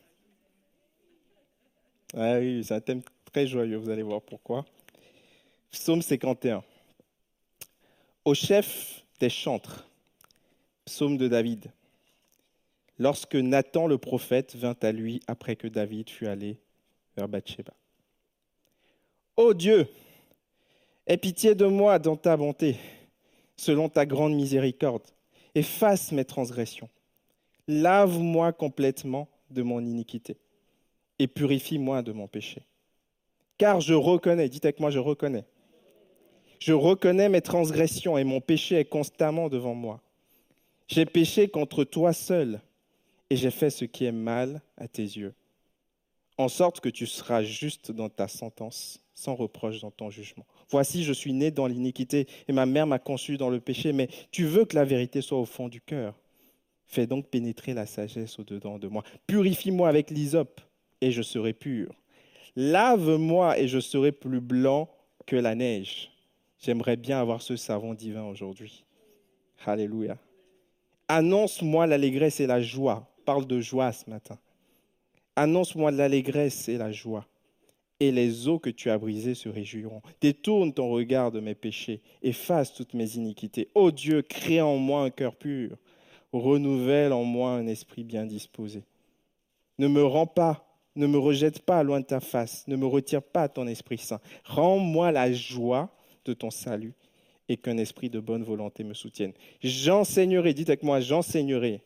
Ah oui, c'est un thème très joyeux, vous allez voir pourquoi. Psaume 51. Au chef des chantres, psaume de David. Lorsque Nathan le prophète vint à lui après que David fut allé vers Bathsheba. Ô Dieu, aie pitié de moi dans ta bonté, selon ta grande miséricorde. Efface mes transgressions. Lave-moi complètement de mon iniquité et purifie-moi de mon péché. Car je reconnais, dites avec moi, je reconnais mes transgressions et mon péché est constamment devant moi. J'ai péché contre toi seul et j'ai fait ce qui est mal à tes yeux, en sorte que tu seras juste dans ta sentence, sans reproche dans ton jugement. Voici, je suis né dans l'iniquité et ma mère m'a conçu dans le péché, mais tu veux que la vérité soit au fond du cœur. Fais donc pénétrer la sagesse au-dedans de moi. Purifie-moi avec l'hysope et je serai pur. Lave-moi et je serai plus blanc que la neige. J'aimerais bien avoir ce savon divin aujourd'hui. Alléluia. Annonce-moi l'allégresse et la joie. Parle de joie ce matin. Annonce-moi l'allégresse et la joie. Et les eaux que tu as brisées se réjouiront. Détourne ton regard de mes péchés, efface toutes mes iniquités. Ô Dieu, crée en moi un cœur pur, renouvelle en moi un esprit bien disposé. Ne me rejette pas loin de ta face, ne me retire pas ton Esprit Saint. Rends-moi la joie de ton salut et qu'un esprit de bonne volonté me soutienne. J'enseignerai, dites avec moi, j'enseignerai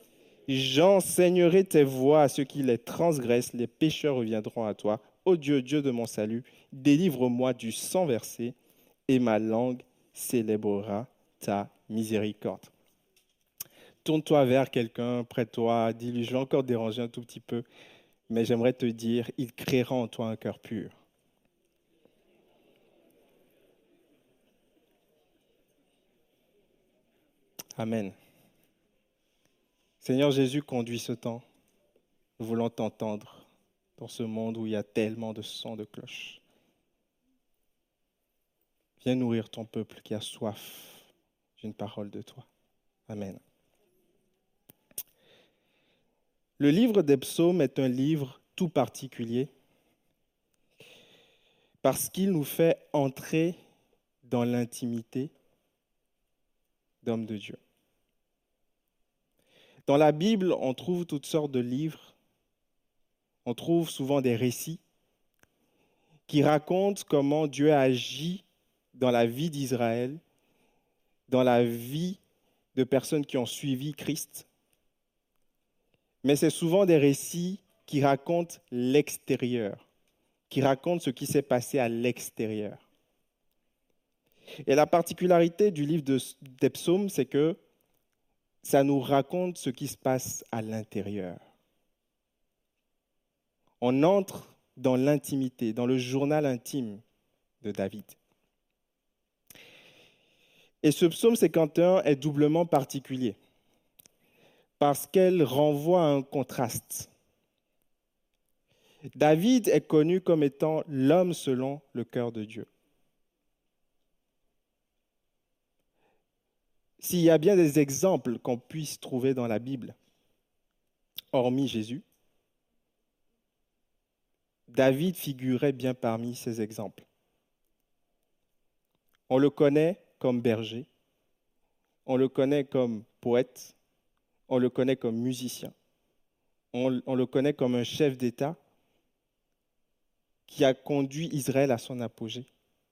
tes voies à ceux qui les transgressent, les pécheurs reviendront à toi. Ô Dieu, Dieu de mon salut, délivre-moi du sang versé et ma langue célébrera ta miséricorde. Tourne-toi vers quelqu'un près de toi, dis-lui, je vais encore te déranger un tout petit peu, mais j'aimerais te dire, il créera en toi un cœur pur. Amen. Seigneur Jésus, conduis ce temps. Nous voulons t'entendre dans ce monde où il y a tellement de sons de cloche. Viens nourrir ton peuple qui a soif d'une parole de toi. Amen. Le livre des psaumes est un livre tout particulier parce qu'il nous fait entrer dans l'intimité d'hommes de Dieu. Dans la Bible, on trouve toutes sortes de livres. On trouve souvent des récits qui racontent comment Dieu a agi dans la vie d'Israël, dans la vie de personnes qui ont suivi Christ. Mais c'est souvent des récits qui racontent l'extérieur, qui racontent ce qui s'est passé à l'extérieur. Et la particularité du livre des psaumes, c'est que ça nous raconte ce qui se passe à l'intérieur. On entre dans l'intimité, dans le journal intime de David. Et ce psaume 51 est doublement particulier parce qu'elle renvoie à un contraste. David est connu comme étant l'homme selon le cœur de Dieu. S'il y a bien des exemples qu'on puisse trouver dans la Bible, hormis Jésus, David figurait bien parmi ces exemples. On le connaît comme berger, on le connaît comme poète, on le connaît comme musicien, on le connaît comme un chef d'État qui a conduit Israël à son apogée.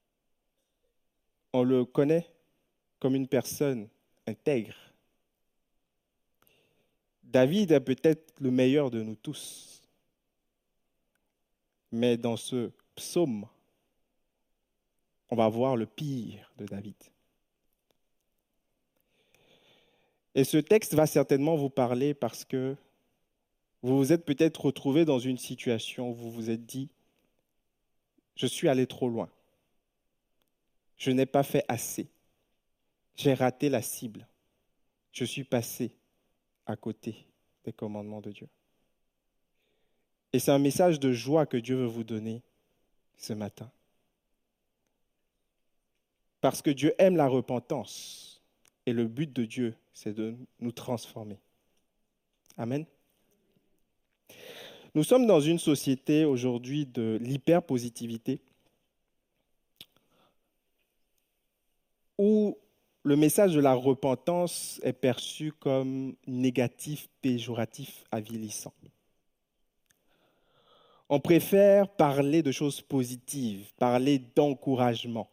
On le connaît comme une personne intègre. David est peut-être le meilleur de nous tous. Mais dans ce psaume, on va voir le pire de David. Et ce texte va certainement vous parler parce que vous vous êtes peut-être retrouvé dans une situation où vous vous êtes dit, je suis allé trop loin, je n'ai pas fait assez, j'ai raté la cible, je suis passé à côté des commandements de Dieu. Et c'est un message de joie que Dieu veut vous donner ce matin. Parce que Dieu aime la repentance. Et le but de Dieu, c'est de nous transformer. Amen. Nous sommes dans une société aujourd'hui de l'hyperpositivité où le message de la repentance est perçu comme négatif, péjoratif, avilissant. On préfère parler de choses positives, parler d'encouragement.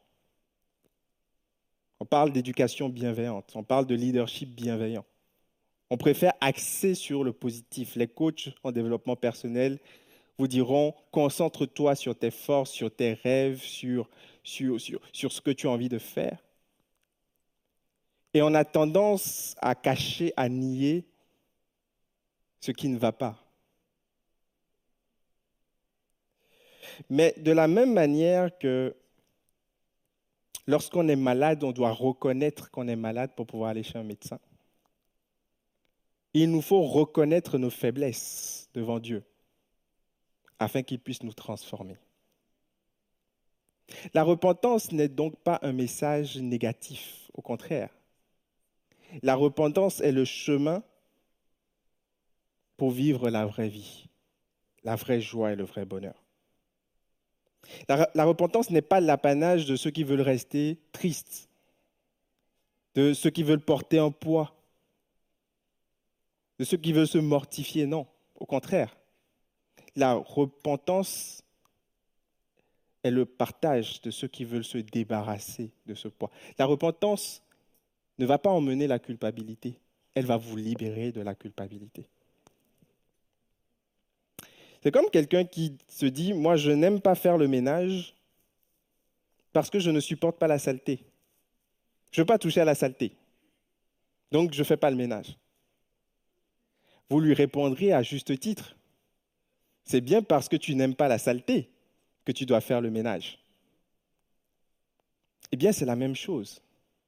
On parle d'éducation bienveillante, on parle de leadership bienveillant. On préfère axer sur le positif. Les coachs en développement personnel vous diront « concentre-toi sur tes forces, sur tes rêves, sur ce que tu as envie de faire ». Et on a tendance à cacher, à nier ce qui ne va pas. Mais de la même manière que lorsqu'on est malade, on doit reconnaître qu'on est malade pour pouvoir aller chez un médecin. Il nous faut reconnaître nos faiblesses devant Dieu afin qu'il puisse nous transformer. La repentance n'est donc pas un message négatif, au contraire. La repentance est le chemin pour vivre la vraie vie, la vraie joie et le vrai bonheur. La repentance n'est pas l'apanage de ceux qui veulent rester tristes, de ceux qui veulent porter un poids, de ceux qui veulent se mortifier, non, au contraire. La repentance est le partage de ceux qui veulent se débarrasser de ce poids. La repentance ne va pas emmener la culpabilité, elle va vous libérer de la culpabilité. C'est comme quelqu'un qui se dit « Moi, je n'aime pas faire le ménage parce que je ne supporte pas la saleté. Je ne veux pas toucher à la saleté, donc je ne fais pas le ménage. » Vous lui répondrez à juste titre « C'est bien parce que tu n'aimes pas la saleté que tu dois faire le ménage. » Eh bien, c'est la même chose.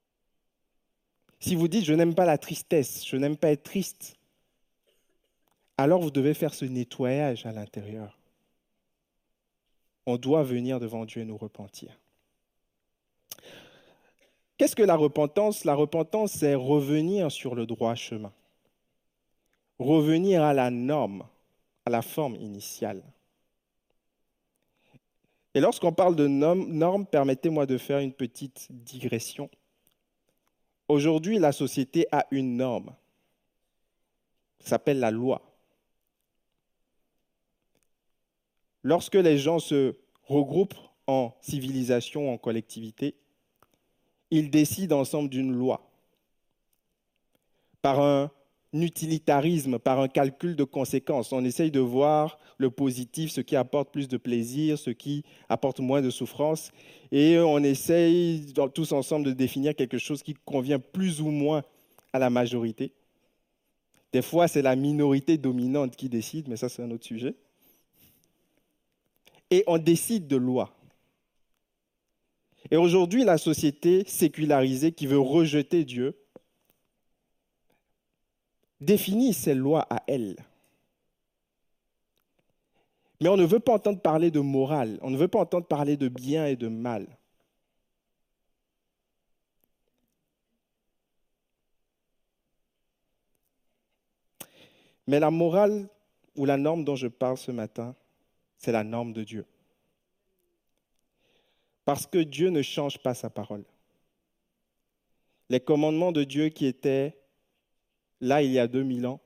Si vous dites « Je n'aime pas la tristesse, je n'aime pas être triste », alors vous devez faire ce nettoyage à l'intérieur. On doit venir devant Dieu et nous repentir. Qu'est-ce que la repentance ? La repentance, c'est revenir sur le droit chemin. Revenir à la norme, à la forme initiale. Et lorsqu'on parle de normes, permettez-moi de faire une petite digression. Aujourd'hui, la société a une norme. Ça s'appelle la loi. Lorsque les gens se regroupent en civilisation, en collectivité, ils décident ensemble d'une loi. Par un utilitarisme, par un calcul de conséquences. On essaye de voir le positif, ce qui apporte plus de plaisir, ce qui apporte moins de souffrance. Et on essaye tous ensemble de définir quelque chose qui convient plus ou moins à la majorité. Des fois, c'est la minorité dominante qui décide, mais ça, c'est un autre sujet. Et on décide de loi. Et aujourd'hui, la société sécularisée qui veut rejeter Dieu définit ses lois à elle. Mais on ne veut pas entendre parler de morale, on ne veut pas entendre parler de bien et de mal. Mais la morale ou la norme dont je parle ce matin, c'est la norme de Dieu. Parce que Dieu ne change pas sa parole. Les commandements de Dieu qui étaient là il y a 2000 ans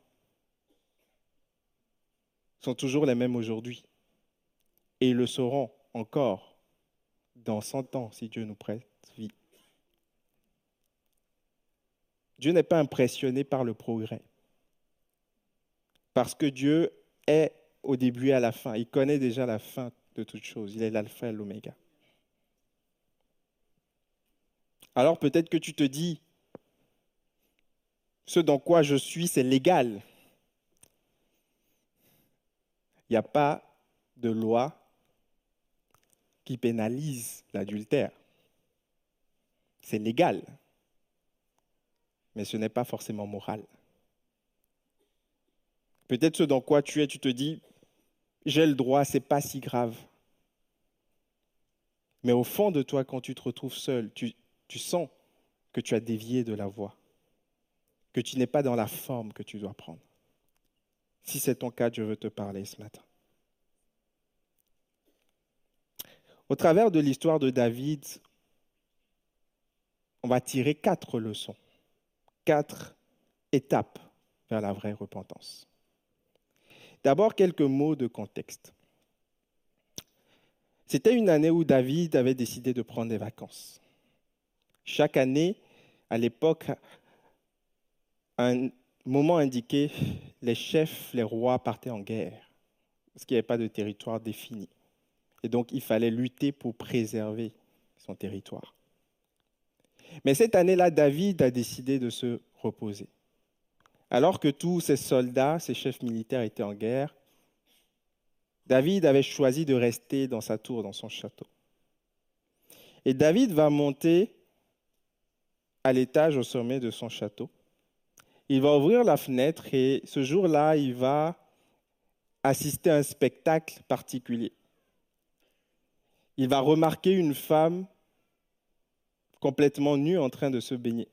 sont toujours les mêmes aujourd'hui. Et ils le seront encore dans 100 ans si Dieu nous prête vie. Dieu n'est pas impressionné par le progrès. Parce que Dieu est au début et à la fin. Il connaît déjà la fin de toutes choses. Il est l'alpha et l'oméga. Alors peut-être que tu te dis, ce dans quoi je suis, c'est légal. Il n'y a pas de loi qui pénalise l'adultère. C'est légal, mais ce n'est pas forcément moral. Peut-être ce dans quoi tu es, tu te dis, j'ai le droit, ce n'est pas si grave. Mais au fond de toi, quand tu te retrouves seul, tu sens que tu as dévié de la voie, que tu n'es pas dans la forme que tu dois prendre. Si c'est ton cas, je veux te parler ce matin. Au travers de l'histoire de David, on va tirer 4 leçons, 4 étapes vers la vraie repentance. D'abord, quelques mots de contexte. C'était une année où David avait décidé de prendre des vacances. Chaque année, à l'époque, à un moment indiqué, les chefs, les rois partaient en guerre, parce qu'il n'y avait pas de territoire défini. Et donc, il fallait lutter pour préserver son territoire. Mais cette année-là, David a décidé de se reposer. Alors que tous ses soldats, ses chefs militaires étaient en guerre, David avait choisi de rester dans sa tour, dans son château. Et David va monter à l'étage au sommet de son château. Il va ouvrir la fenêtre et ce jour-là, il va assister à un spectacle particulier. Il va remarquer une femme complètement nue en train de se baigner.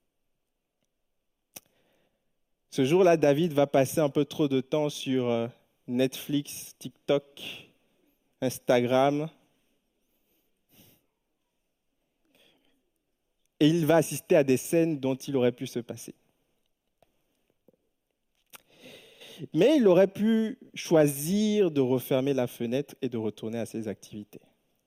Ce jour-là, David va passer un peu trop de temps sur Netflix, TikTok, Instagram. Et il va assister à des scènes dont il aurait pu se passer. Mais il aurait pu choisir de refermer la fenêtre et de retourner à ses activités.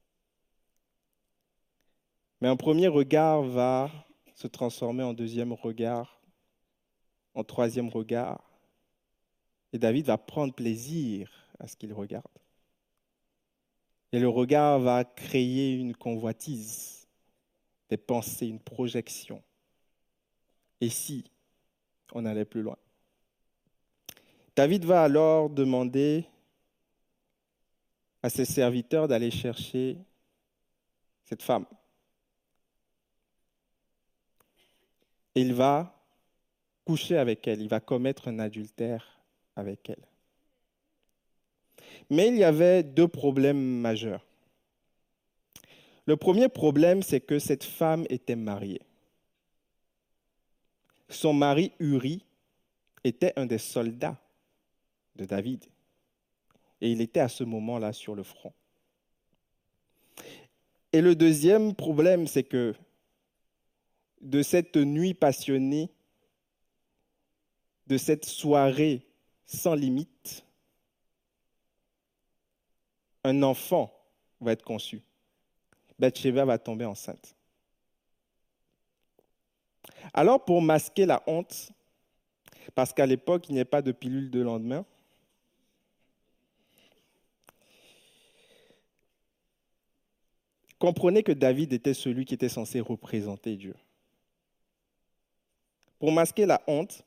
Mais un premier regard va se transformer en deuxième regard, en troisième regard. Et David va prendre plaisir à ce qu'il regarde. Et le regard va créer une convoitise, des pensées, une projection. Et si on allait plus loin? David va alors demander à ses serviteurs d'aller chercher cette femme. Et il va coucher avec elle, il va commettre un adultère avec elle. Mais il y avait deux problèmes majeurs. Le premier problème, c'est que cette femme était mariée. Son mari Uri était un des soldats de David. Et il était à ce moment-là sur le front. Et le deuxième problème, c'est que de cette nuit passionnée, de cette soirée sans limite, un enfant va être conçu. Bathsheba va tomber enceinte. Alors, pour masquer la honte, parce qu'à l'époque, il n'y avait pas de pilule de lendemain, comprenez que David était celui qui était censé représenter Dieu. Pour masquer la honte,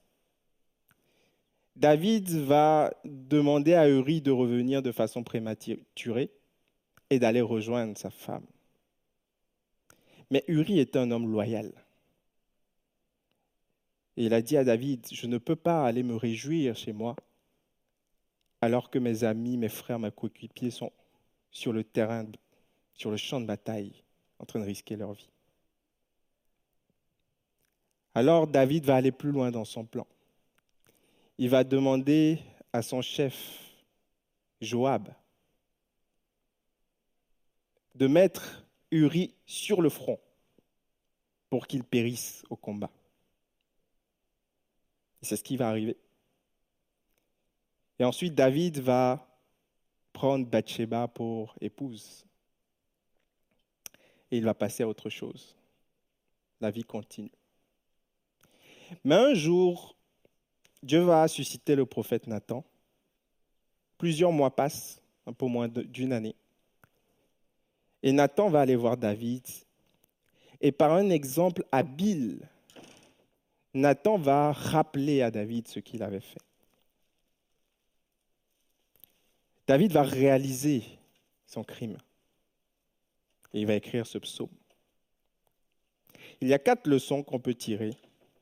David va demander à Uri de revenir de façon prématurée et d'aller rejoindre sa femme. Mais Uri était un homme loyal. Et il a dit à David, je ne peux pas aller me réjouir chez moi alors que mes amis, mes frères, mes coéquipiers sont sur le terrain, sur le champ de bataille, en train de risquer leur vie. Alors David va aller plus loin dans son plan. Il va demander à son chef, Joab, de mettre Uri sur le front pour qu'il périsse au combat. Et c'est ce qui va arriver. Et ensuite, David va prendre Bathsheba pour épouse. Et il va passer à autre chose. La vie continue. Mais un jour, Dieu va susciter le prophète Nathan. Plusieurs mois passent, un peu moins d'une année. Et Nathan va aller voir David. Et par un exemple habile, Nathan va rappeler à David ce qu'il avait fait. David va réaliser son crime. Et il va écrire ce psaume. Il y a 4 leçons qu'on peut tirer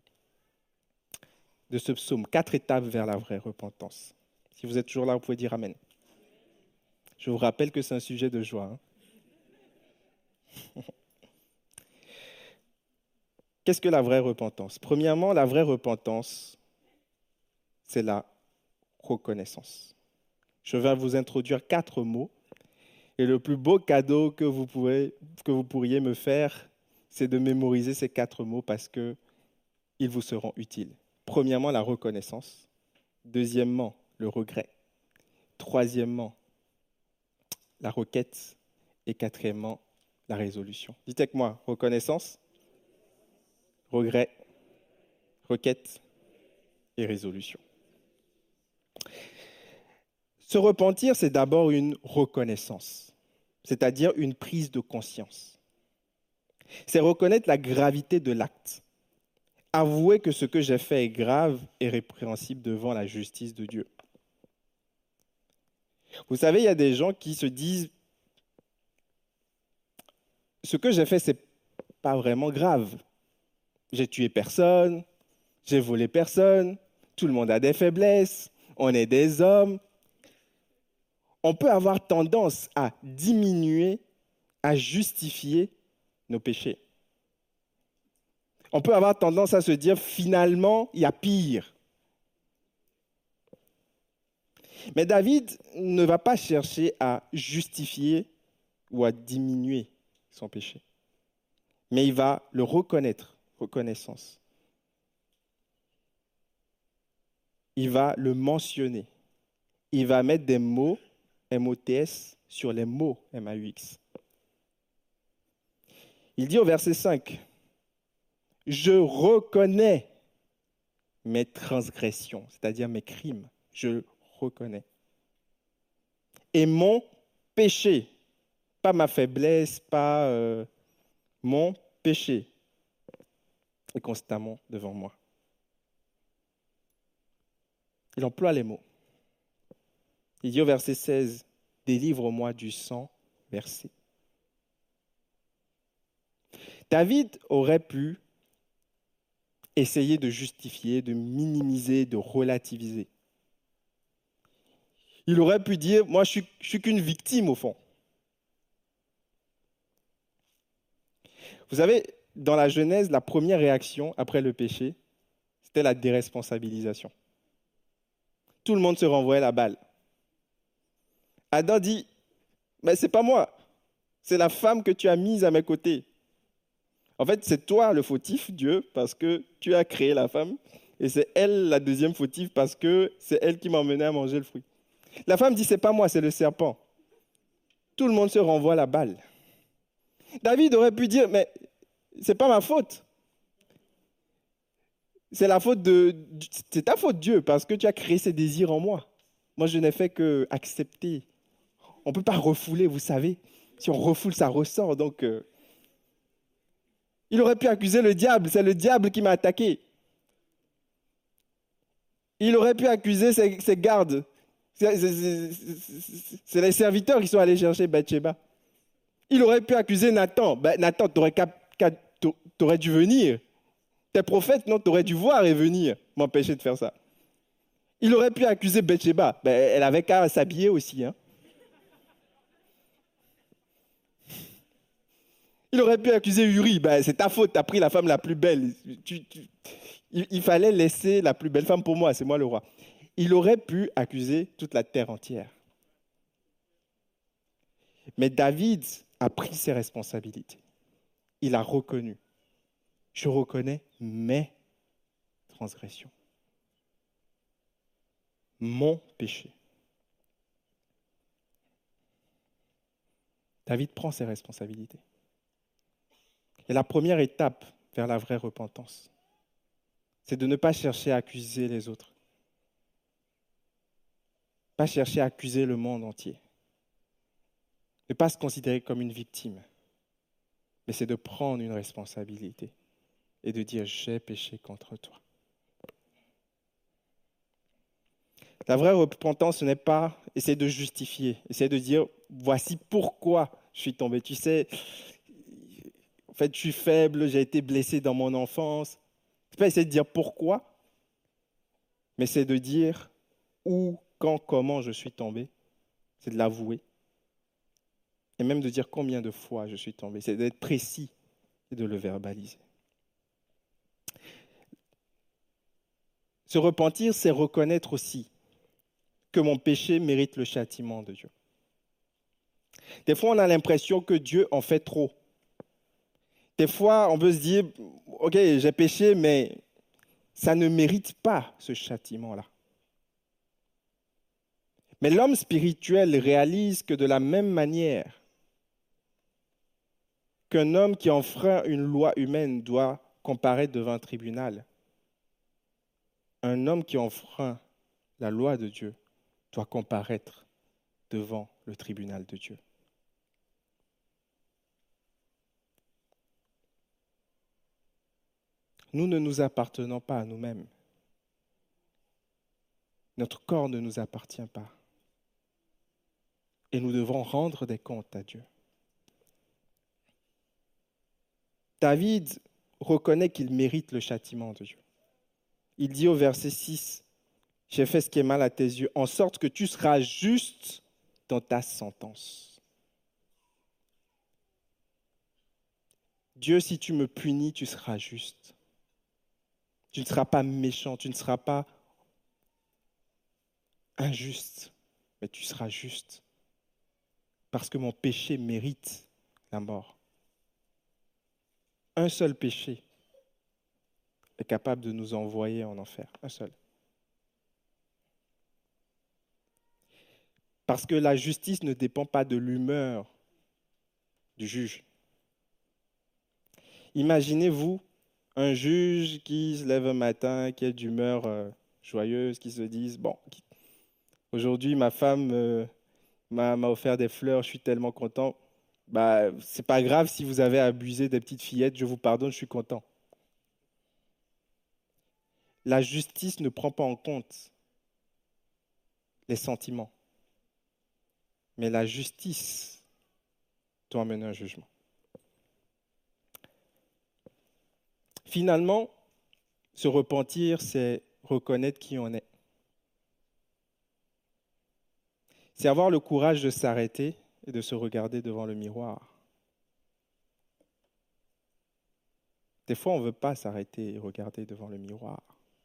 de ce psaume, 4 étapes vers la vraie repentance. Si vous êtes toujours là, vous pouvez dire Amen. Je vous rappelle que c'est un sujet de joie. Qu'est-ce que la vraie repentance? Premièrement, la vraie repentance, c'est la reconnaissance. Je vais vous introduire 4 mots. Et le plus beau cadeau que vous pourriez me faire, c'est de mémoriser ces 4 mots parce qu'ils vous seront utiles. Premièrement, la reconnaissance. Deuxièmement, le regret. Troisièmement, la requête. Et quatrièmement, la résolution. Dites avec moi, reconnaissance, regret, requête et résolution. Se repentir, c'est d'abord une reconnaissance, c'est-à-dire une prise de conscience. C'est reconnaître la gravité de l'acte. Avouer que ce que j'ai fait est grave et répréhensible devant la justice de Dieu. Vous savez, il y a des gens qui se disent « Ce que j'ai fait, c'est pas vraiment grave. J'ai tué personne, j'ai volé personne, tout le monde a des faiblesses, on est des hommes. » On peut avoir tendance à diminuer, à justifier nos péchés. On peut avoir tendance à se dire « Finalement, il y a pire. » Mais David ne va pas chercher à justifier ou à diminuer son péché. Mais il va le reconnaître, reconnaissance. Il va le mentionner. Il va mettre des mots, M-O-T-S, sur les mots, M-A-U-X. Il dit au verset 5, « Je reconnais mes transgressions, c'est-à-dire mes crimes. Je reconnais. Et mon péché, pas ma faiblesse, pas mon péché, est constamment devant moi. » Il emploie les mots. Il dit au verset 16, « Délivre-moi du sang versé. » David aurait pu essayer de justifier, de minimiser, de relativiser. Il aurait pu dire, moi je suis qu'une victime au fond. Vous savez, dans la Genèse, la première réaction après le péché, c'était la déresponsabilisation. Tout le monde se renvoyait la balle. Adam dit, mais c'est pas moi, c'est la femme que tu as mise à mes côtés. En fait, c'est toi le fautif, Dieu, parce que tu as créé la femme, et c'est elle la deuxième fautive parce que c'est elle qui m'a emmené à manger le fruit. La femme dit, c'est pas moi, c'est le serpent. Tout le monde se renvoie la balle. David aurait pu dire, mais c'est pas ma faute. C'est ta faute, Dieu, parce que tu as créé ces désirs en moi. Moi, je n'ai fait qu'accepter. On ne peut pas refouler, vous savez. Si on refoule, ça ressort. Donc, il aurait pu accuser le diable. C'est le diable qui m'a attaqué. Il aurait pu accuser ses gardes. C'est les serviteurs qui sont allés chercher Bathsheba. Il aurait pu accuser Nathan. Nathan, t'aurais dû venir. T'es prophète, non, t'aurais dû voir et venir m'empêcher de faire ça. Il aurait pu accuser Bathsheba. Elle avait qu'à s'habiller aussi. Hein. Il aurait pu accuser Uri. C'est ta faute, t'as pris la femme la plus belle. Il fallait laisser la plus belle femme pour moi, c'est moi le roi. Il aurait pu accuser toute la terre entière. Mais David a pris ses responsabilités. Il a reconnu. Je reconnais mes transgressions. Mon péché. David prend ses responsabilités. Et la première étape vers la vraie repentance, c'est de ne pas chercher à accuser les autres. Pas chercher à accuser le monde entier. Ne pas se considérer comme une victime. Mais c'est de prendre une responsabilité et de dire « j'ai péché contre toi ». La vraie repentance, ce n'est pas essayer de justifier, essayer de dire « voici pourquoi je suis tombé ». Tu sais, en fait, je suis faible, j'ai été blessé dans mon enfance. Ce n'est pas essayer de dire pourquoi, mais c'est de dire où, quand, comment je suis tombé. C'est de l'avouer. Et même de dire combien de fois je suis tombé. C'est d'être précis et de le verbaliser. Se repentir, c'est reconnaître aussi que mon péché mérite le châtiment de Dieu. Des fois, on a l'impression que Dieu en fait trop. Des fois, on peut se dire, ok, j'ai péché, mais ça ne mérite pas ce châtiment-là. Mais l'homme spirituel réalise que de la même manière qu'un homme qui enfreint une loi humaine doit comparaître devant un tribunal, un homme qui enfreint la loi de Dieu doit comparaître devant le tribunal de Dieu. Nous ne nous appartenons pas à nous-mêmes. Notre corps ne nous appartient pas. Et nous devrons rendre des comptes à Dieu. David reconnaît qu'il mérite le châtiment de Dieu. Il dit au verset 6, « J'ai fait ce qui est mal à tes yeux, en sorte que tu seras juste dans ta sentence. » Dieu, si tu me punis, tu seras juste. Tu ne seras pas méchant, tu ne seras pas injuste, mais tu seras juste. Parce que mon péché mérite la mort. Un seul péché est capable de nous envoyer en enfer. Un seul. Parce que la justice ne dépend pas de l'humeur du juge. Imaginez-vous un juge qui se lève un matin, qui est d'humeur joyeuse, qui se dise « Bon, aujourd'hui ma femme m'a offert des fleurs, je suis tellement content. C'est pas grave si vous avez abusé des petites fillettes, je vous pardonne, je suis content. » La justice ne prend pas en compte les sentiments. Mais la justice doit mener un jugement. Finalement, se repentir, c'est reconnaître qui on est. C'est avoir le courage de s'arrêter et de se regarder devant le miroir. Des fois, on ne veut pas s'arrêter et regarder devant le miroir.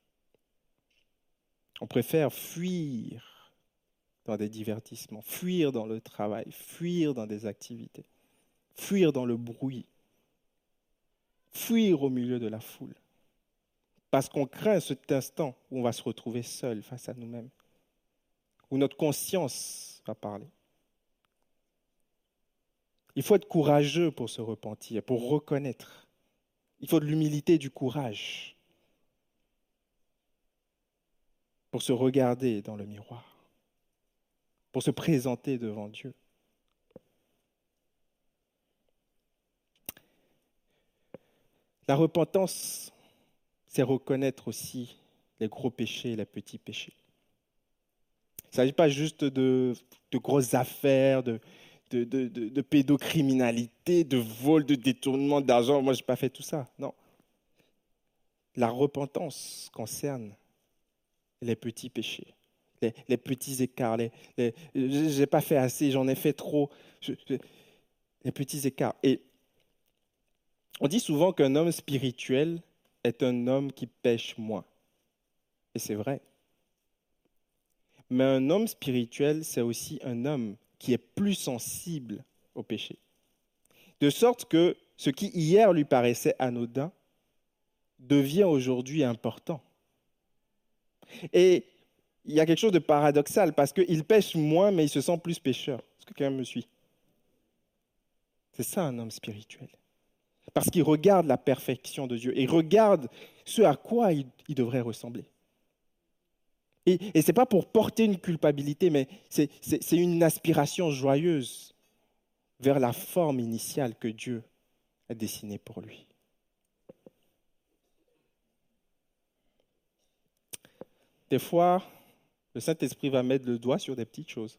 On préfère fuir dans des divertissements, fuir dans le travail, fuir dans des activités, fuir dans le bruit, fuir au milieu de la foule. Parce qu'on craint cet instant où on va se retrouver seul face à nous-mêmes, où notre conscience va parler. Il faut être courageux pour se repentir, pour reconnaître. Il faut de l'humilité et du courage pour se regarder dans le miroir, pour se présenter devant Dieu. La repentance, c'est reconnaître aussi les gros péchés et les petits péchés. Il ne s'agit pas juste de grosses affaires, de pédocriminalité, de vol, de détournement d'argent. Moi, je n'ai pas fait tout ça. Non. La repentance concerne les petits péchés, les petits écarts. Je n'ai pas fait assez, j'en ai fait trop. Les petits écarts. Et on dit souvent qu'un homme spirituel est un homme qui pêche moins. Et c'est vrai. Mais un homme spirituel, c'est aussi un homme qui est plus sensible au péché. De sorte que ce qui hier lui paraissait anodin devient aujourd'hui important. Et il y a quelque chose de paradoxal parce qu'il pêche moins, mais il se sent plus pécheur. Est-ce que quelqu'un me suit? C'est ça un homme spirituel. Parce qu'il regarde la perfection de Dieu et il regarde ce à quoi il devrait ressembler. Et ce n'est pas pour porter une culpabilité, mais c'est une aspiration joyeuse vers la forme initiale que Dieu a dessinée pour lui. Des fois, le Saint-Esprit va mettre le doigt sur des petites choses.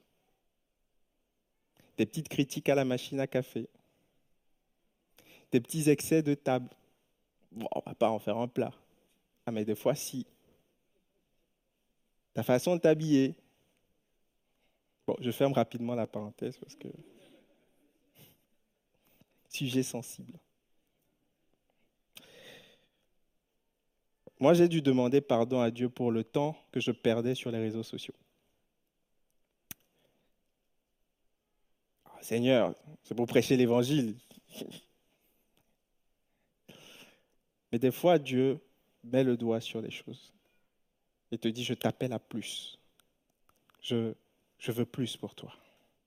Des petites critiques à la machine à café. Des petits excès de table. Bon, on ne va pas en faire un plat. Ah, mais des fois, si. Ta façon de t'habiller. Bon, je ferme rapidement la parenthèse parce que... Sujet sensible. Moi, j'ai dû demander pardon à Dieu pour le temps que je perdais sur les réseaux sociaux. Oh, Seigneur, c'est pour prêcher l'évangile. Mais des fois, Dieu met le doigt sur les choses et te dit, je t'appelle à plus. Je veux plus pour toi.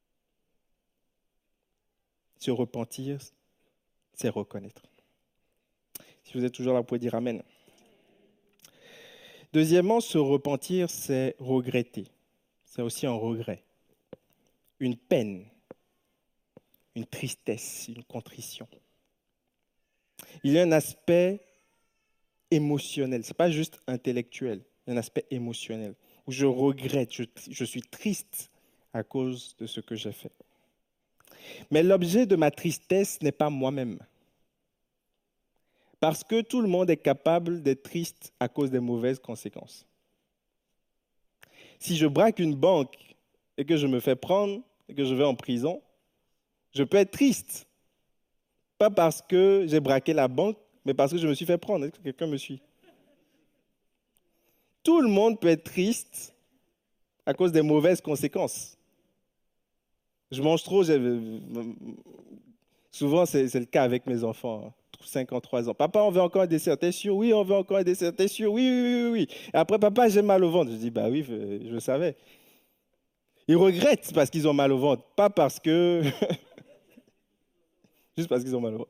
Se repentir, c'est reconnaître. Si vous êtes toujours là, vous pouvez dire Amen. Deuxièmement, se repentir, c'est regretter. C'est aussi un regret, une peine, une tristesse, une contrition. Il y a un aspect émotionnel, ce n'est pas juste intellectuel, il y a un aspect émotionnel, où je regrette, je suis triste à cause de ce que j'ai fait. Mais l'objet de ma tristesse n'est pas moi-même. Parce que tout le monde est capable d'être triste à cause des mauvaises conséquences. Si je braque une banque et que je me fais prendre et que je vais en prison, je peux être triste. Pas parce que j'ai braqué la banque, mais parce que je me suis fait prendre. Est-ce que quelqu'un me suit? Tout le monde peut être triste à cause des mauvaises conséquences. Je mange trop, souvent c'est le cas avec mes enfants, 5 ans, 3 ans. Papa, on veut encore un dessert, t'es sûr? Oui, on veut encore un dessert, t'es sûr? Oui, oui, oui, oui. Et après, papa, j'ai mal au ventre. Je dis, bah oui, je le savais. Ils regrettent parce qu'ils ont mal au ventre, pas parce que... Juste parce qu'ils ont mal au ventre.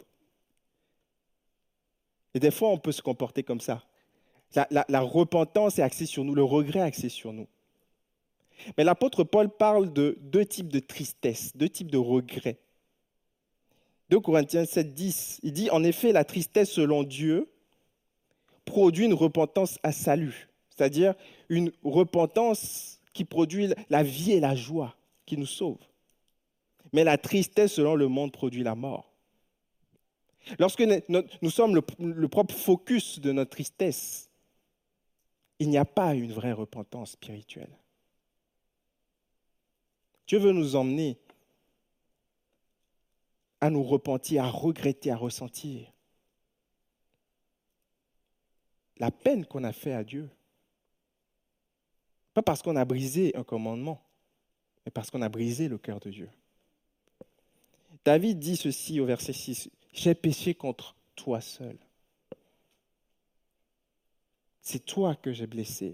Et des fois, on peut se comporter comme ça. La repentance est axée sur nous, le regret est axé sur nous. Mais l'apôtre Paul parle de 2 types de tristesse, 2 types de regrets. 2 Corinthiens 7, 10, il dit « En effet, la tristesse selon Dieu produit une repentance à salut. » C'est-à-dire une repentance qui produit la vie et la joie, qui nous sauve. Mais la tristesse selon le monde produit la mort. Lorsque nous sommes le propre focus de notre tristesse, il n'y a pas une vraie repentance spirituelle. Dieu veut nous emmener à nous repentir, à regretter, à ressentir la peine qu'on a fait à Dieu. Pas parce qu'on a brisé un commandement, mais parce qu'on a brisé le cœur de Dieu. David dit ceci au verset 6, « J'ai péché contre toi seul. C'est toi que j'ai blessé.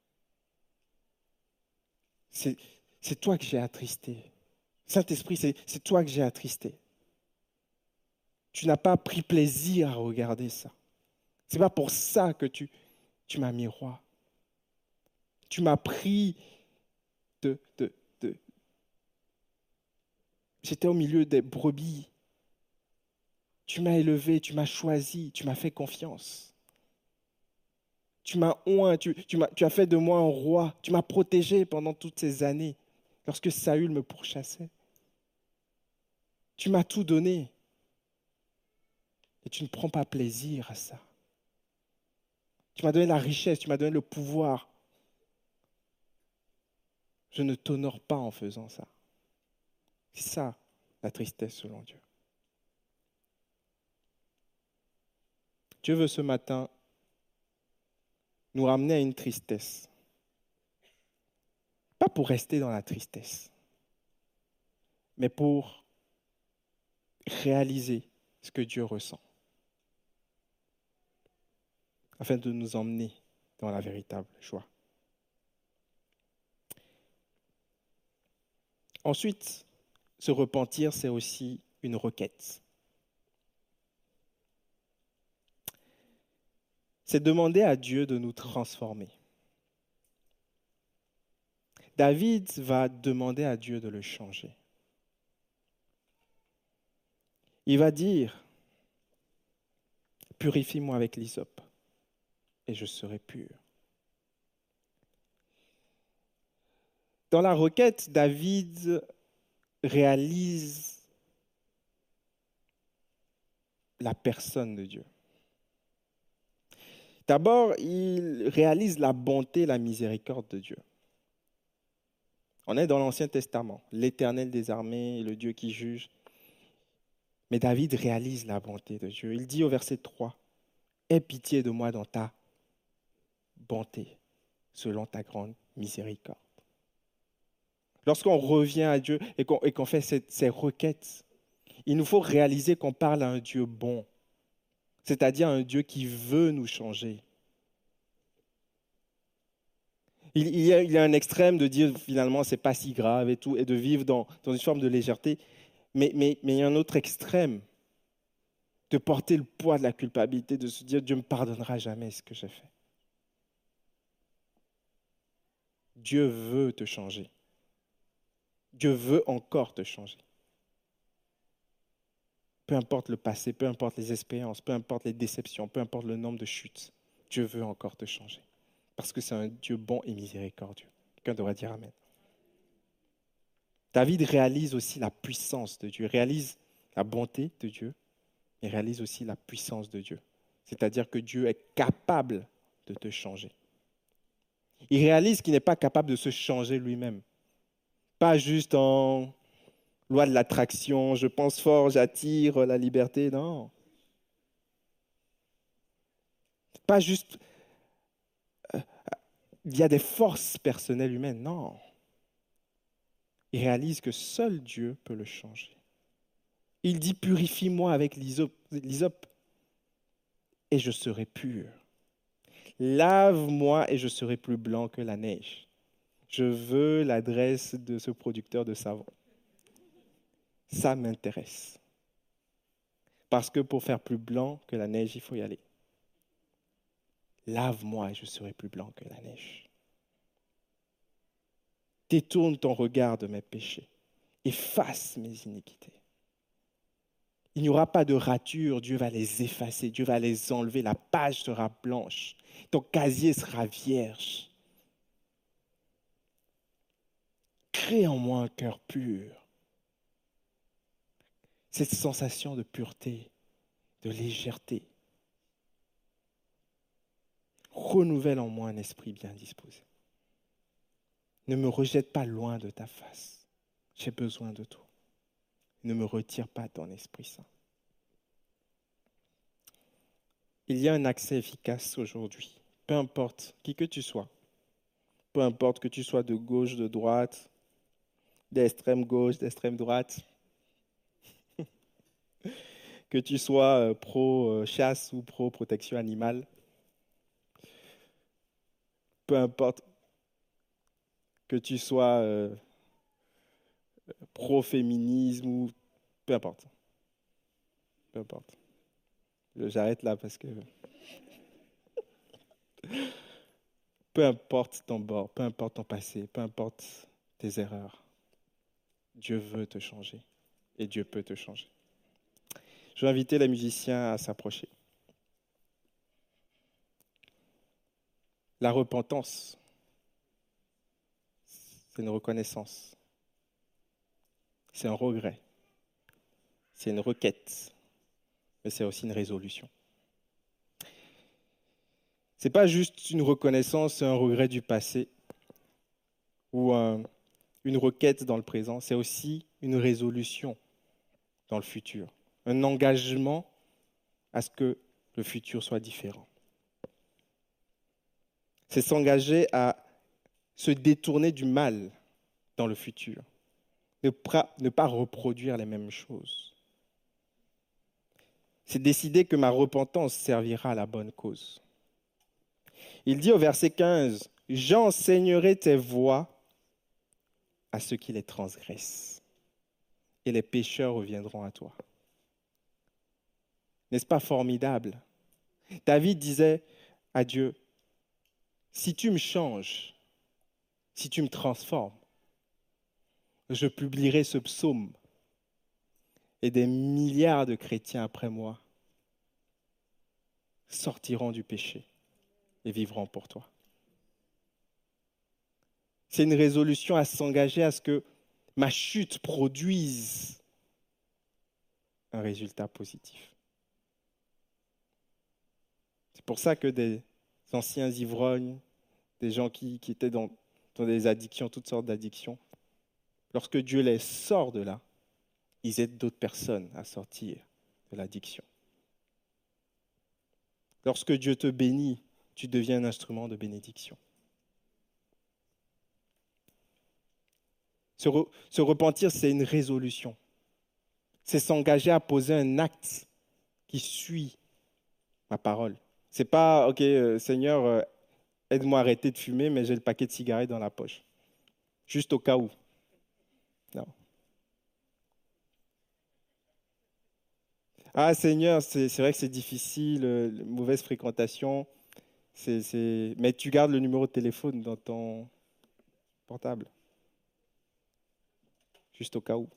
C'est toi que j'ai attristé. Saint-Esprit, c'est toi que j'ai attristé. Tu n'as pas pris plaisir à regarder ça. Ce n'est pas pour ça que tu m'as mis roi. Tu m'as pris J'étais au milieu des brebis. Tu m'as élevé, tu m'as choisi, tu m'as fait confiance. Tu m'as oint, tu as fait de moi un roi. Tu m'as protégé pendant toutes ces années, lorsque Saül me pourchassait. Tu m'as tout donné. Et tu ne prends pas plaisir à ça. Tu m'as donné la richesse, tu m'as donné le pouvoir. Je ne t'honore pas en faisant ça. C'est ça, la tristesse selon Dieu. Dieu veut ce matin nous ramener à une tristesse. Pas pour rester dans la tristesse, mais pour réaliser ce que Dieu ressent, afin de nous emmener dans la véritable joie. Ensuite, se repentir, c'est aussi une requête. C'est demander à Dieu de nous transformer. David va demander à Dieu de le changer. Il va dire, « Purifie-moi avec l'hysope, et je serai pur. » Dans la requête, David réalise la personne de Dieu. D'abord, il réalise la bonté et la miséricorde de Dieu. On est dans l'Ancien Testament, l'Éternel des armées, le Dieu qui juge. Mais David réalise la bonté de Dieu. Il dit au verset 3, « Aie pitié de moi dans ta bonté, selon ta grande miséricorde. » Lorsqu'on revient à Dieu et qu'on fait ces requêtes, il nous faut réaliser qu'on parle à un Dieu bon, c'est-à-dire un Dieu qui veut nous changer. Il y a un extrême de dire finalement c'est pas si grave et tout, et de vivre dans une forme de légèreté, mais il y a un autre extrême, de porter le poids de la culpabilité, de se dire Dieu ne me pardonnera jamais ce que j'ai fait. Dieu veut te changer. Dieu veut encore te changer. Peu importe le passé, peu importe les expériences, peu importe les déceptions, peu importe le nombre de chutes, Dieu veut encore te changer. Parce que c'est un Dieu bon et miséricordieux. Quelqu'un devrait dire Amen. David réalise aussi la puissance de Dieu, réalise la bonté de Dieu, mais réalise aussi la puissance de Dieu. C'est-à-dire que Dieu est capable de te changer. Il réalise qu'il n'est pas capable de se changer lui-même. Pas juste en loi de l'attraction, je pense fort, j'attire la liberté, non. Pas juste via des forces personnelles humaines, non. Il réalise que seul Dieu peut le changer. Il dit, purifie-moi avec l'hysope et je serai pur. Lave-moi et je serai plus blanc que la neige. Je veux l'adresse de ce producteur de savon. Ça m'intéresse. Parce que pour faire plus blanc que la neige, il faut y aller. Lave-moi et je serai plus blanc que la neige. Détourne ton regard de mes péchés. Efface mes iniquités. Il n'y aura pas de rature, Dieu va les effacer, Dieu va les enlever, la page sera blanche, ton casier sera vierge. Crée en moi un cœur pur. Cette sensation de pureté, de légèreté. Renouvelle en moi un esprit bien disposé. Ne me rejette pas loin de ta face. J'ai besoin de toi. Ne me retire pas ton Esprit Saint. Il y a un accès efficace aujourd'hui, peu importe qui que tu sois, peu importe que tu sois de gauche, de droite, d'extrême gauche, d'extrême droite, que tu sois pro-chasse ou pro-protection animale, peu importe que tu sois pro-féminisme ou peu importe. Peu importe. J'arrête là parce que peu importe ton bord, peu importe ton passé, peu importe tes erreurs, Dieu veut te changer et Dieu peut te changer. Je vais inviter les musiciens à s'approcher. La repentance, c'est une reconnaissance. C'est un regret, c'est une requête, mais c'est aussi une résolution. Ce n'est pas juste une reconnaissance, c'est un regret du passé ou une requête dans le présent, c'est aussi une résolution dans le futur, un engagement à ce que le futur soit différent. C'est s'engager à se détourner du mal dans le futur. Ne pas reproduire les mêmes choses. C'est décider que ma repentance servira à la bonne cause. Il dit au verset 15, « J'enseignerai tes voies à ceux qui les transgressent, et les pécheurs reviendront à toi. » N'est-ce pas formidable? David disait à Dieu, « Si tu me changes, si tu me transformes, je publierai ce psaume et des milliards de chrétiens après moi sortiront du péché et vivront pour toi. » C'est une résolution à s'engager à ce que ma chute produise un résultat positif. C'est pour ça que des anciens ivrognes, des gens qui étaient dans des addictions, toutes sortes d'addictions, lorsque Dieu les sort de là, ils aident d'autres personnes à sortir de l'addiction. Lorsque Dieu te bénit, tu deviens un instrument de bénédiction. Se repentir, c'est une résolution. C'est s'engager à poser un acte qui suit ma parole. C'est pas, OK, Seigneur, aide-moi à arrêter de fumer, mais j'ai le paquet de cigarettes dans la poche. Juste au cas où. Non. Ah Seigneur, c'est vrai que c'est difficile, mauvaise fréquentation, mais tu gardes le numéro de téléphone dans ton portable. Juste au cas où.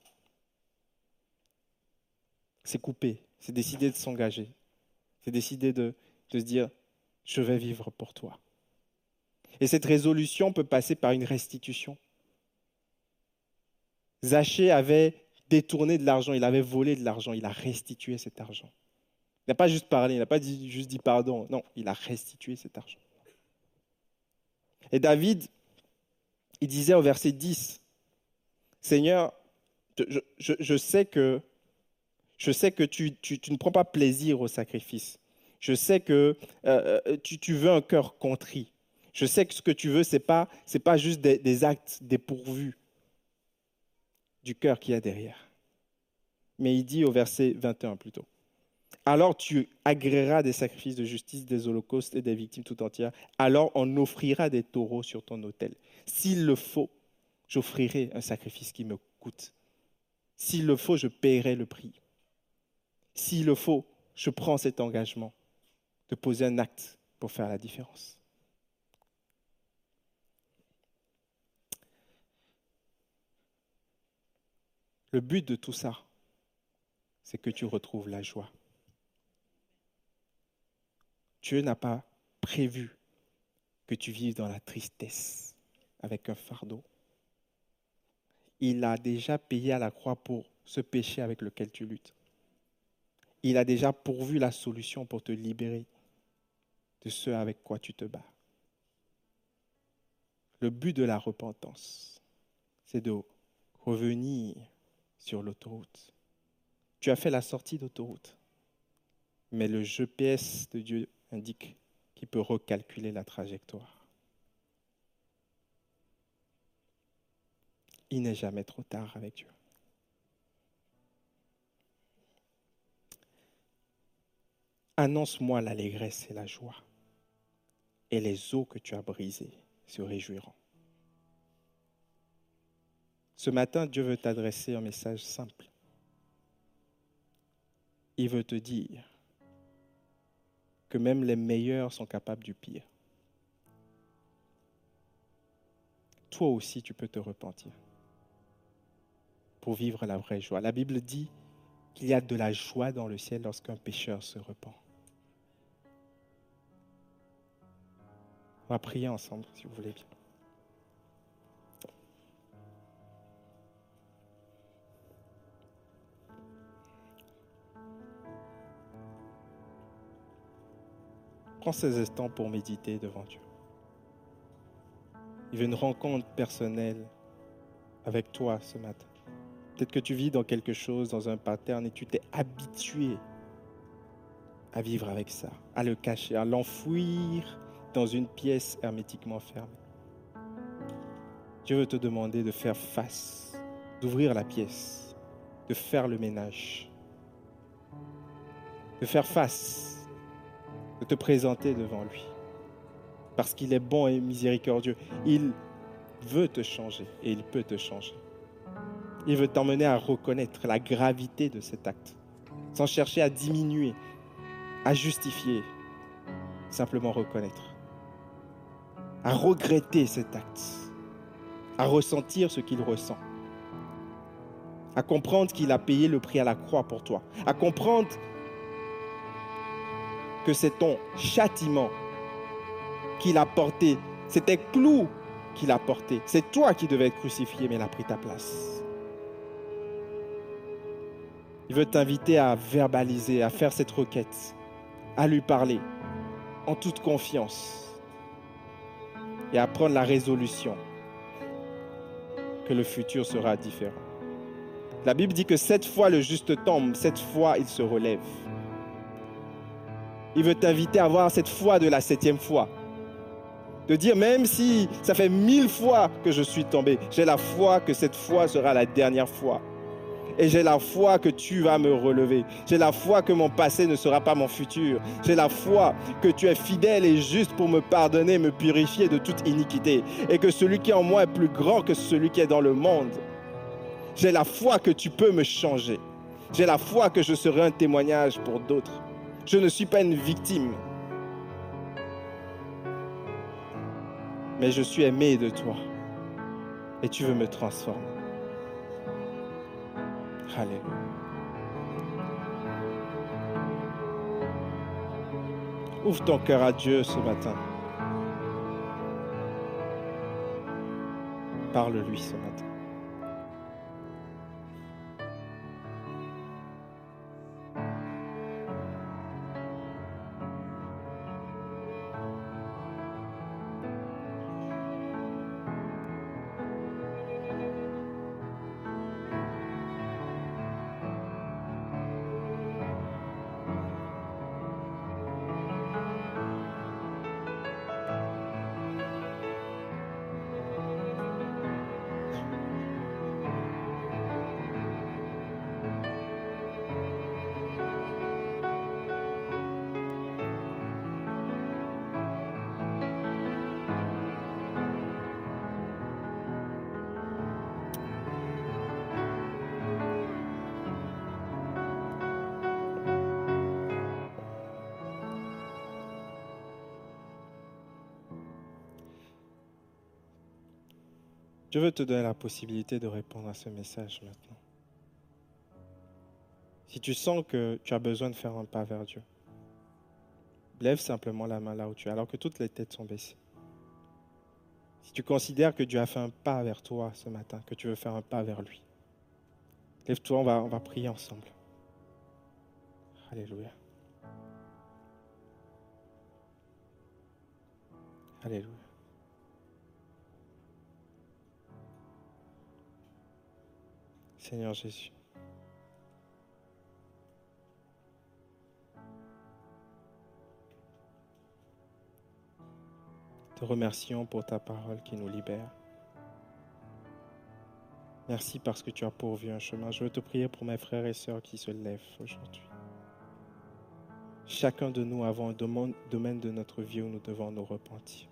C'est couper, c'est décider de s'engager. C'est décider de se dire, je vais vivre pour toi. Et cette résolution peut passer par une restitution. Zachée avait détourné de l'argent, il avait volé de l'argent, il a restitué cet argent. Il n'a pas juste parlé, il n'a pas juste dit pardon, non, il a restitué cet argent. Et David, il disait au verset 10, « Seigneur, je sais que tu ne prends pas plaisir au sacrifice. Je sais que tu veux un cœur contrit. Je sais que ce que tu veux, ce n'est pas juste des actes dépourvus du cœur qu'il y a derrière. » Mais il dit au verset 21 plutôt, « Alors tu agréeras des sacrifices de justice, des holocaustes et des victimes tout entières. Alors on offrira des taureaux sur ton autel. S'il le faut, j'offrirai un sacrifice qui me coûte. S'il le faut, je paierai le prix. S'il le faut, je prends cet engagement de poser un acte pour faire la différence. » Le but de tout ça, c'est que tu retrouves la joie. Dieu n'a pas prévu que tu vives dans la tristesse avec un fardeau. Il a déjà payé à la croix pour ce péché avec lequel tu luttes. Il a déjà pourvu la solution pour te libérer de ce avec quoi tu te bats. Le but de la repentance, c'est de revenir sur l'autoroute. Tu as fait la sortie d'autoroute, mais le GPS de Dieu indique qu'il peut recalculer la trajectoire. Il n'est jamais trop tard avec Dieu. Annonce-moi l'allégresse et la joie, et les eaux que tu as brisées se réjouiront. Ce matin, Dieu veut t'adresser un message simple. Il veut te dire que même les meilleurs sont capables du pire. Toi aussi, tu peux te repentir pour vivre la vraie joie. La Bible dit qu'il y a de la joie dans le ciel lorsqu'un pécheur se repent. On va prier ensemble, si vous voulez bien. Prends ces instants pour méditer devant Dieu. Il veut une rencontre personnelle avec toi ce matin. Peut-être que tu vis dans quelque chose, dans un pattern, et tu t'es habitué à vivre avec ça, à le cacher, à l'enfouir dans une pièce hermétiquement fermée. Dieu veut te demander de faire face, d'ouvrir la pièce, de faire le ménage, de faire face, de te présenter devant lui. Parce qu'il est bon et miséricordieux. Il veut te changer et il peut te changer. Il veut t'emmener à reconnaître la gravité de cet acte, sans chercher à diminuer, à justifier, simplement reconnaître, à regretter cet acte, à ressentir ce qu'il ressent, à comprendre qu'il a payé le prix à la croix pour toi, à comprendre que c'est ton châtiment qu'il a porté, c'est tes clous qu'il a porté. C'est toi qui devais être crucifié, mais il a pris ta place. Il veut t'inviter à verbaliser, à faire cette requête, à lui parler en toute confiance et à prendre la résolution que le futur sera différent. La Bible dit que 7 fois le juste tombe, 7 fois il se relève. Il veut t'inviter à avoir cette foi de la 7e fois. De dire, même si ça fait 1000 fois que je suis tombé, j'ai la foi que cette fois sera la dernière fois. Et j'ai la foi que tu vas me relever. J'ai la foi que mon passé ne sera pas mon futur. J'ai la foi que tu es fidèle et juste pour me pardonner, me purifier de toute iniquité. Et que celui qui est en moi est plus grand que celui qui est dans le monde. J'ai la foi que tu peux me changer. J'ai la foi que je serai un témoignage pour d'autres. Je ne suis pas une victime. Mais je suis aimé de toi. Et tu veux me transformer. Alléluia. Ouvre ton cœur à Dieu ce matin. Parle-lui ce matin. Je veux te donner la possibilité de répondre à ce message maintenant. Si tu sens que tu as besoin de faire un pas vers Dieu, lève simplement la main là où tu es, alors que toutes les têtes sont baissées. Si tu considères que Dieu a fait un pas vers toi ce matin, que tu veux faire un pas vers lui, lève-toi, on va prier ensemble. Alléluia. Alléluia. Seigneur Jésus, te remercions pour ta parole qui nous libère. Merci parce que tu as pourvu un chemin. Je veux te prier pour mes frères et sœurs qui se lèvent aujourd'hui. Chacun de nous avons un domaine de notre vie où nous devons nous repentir.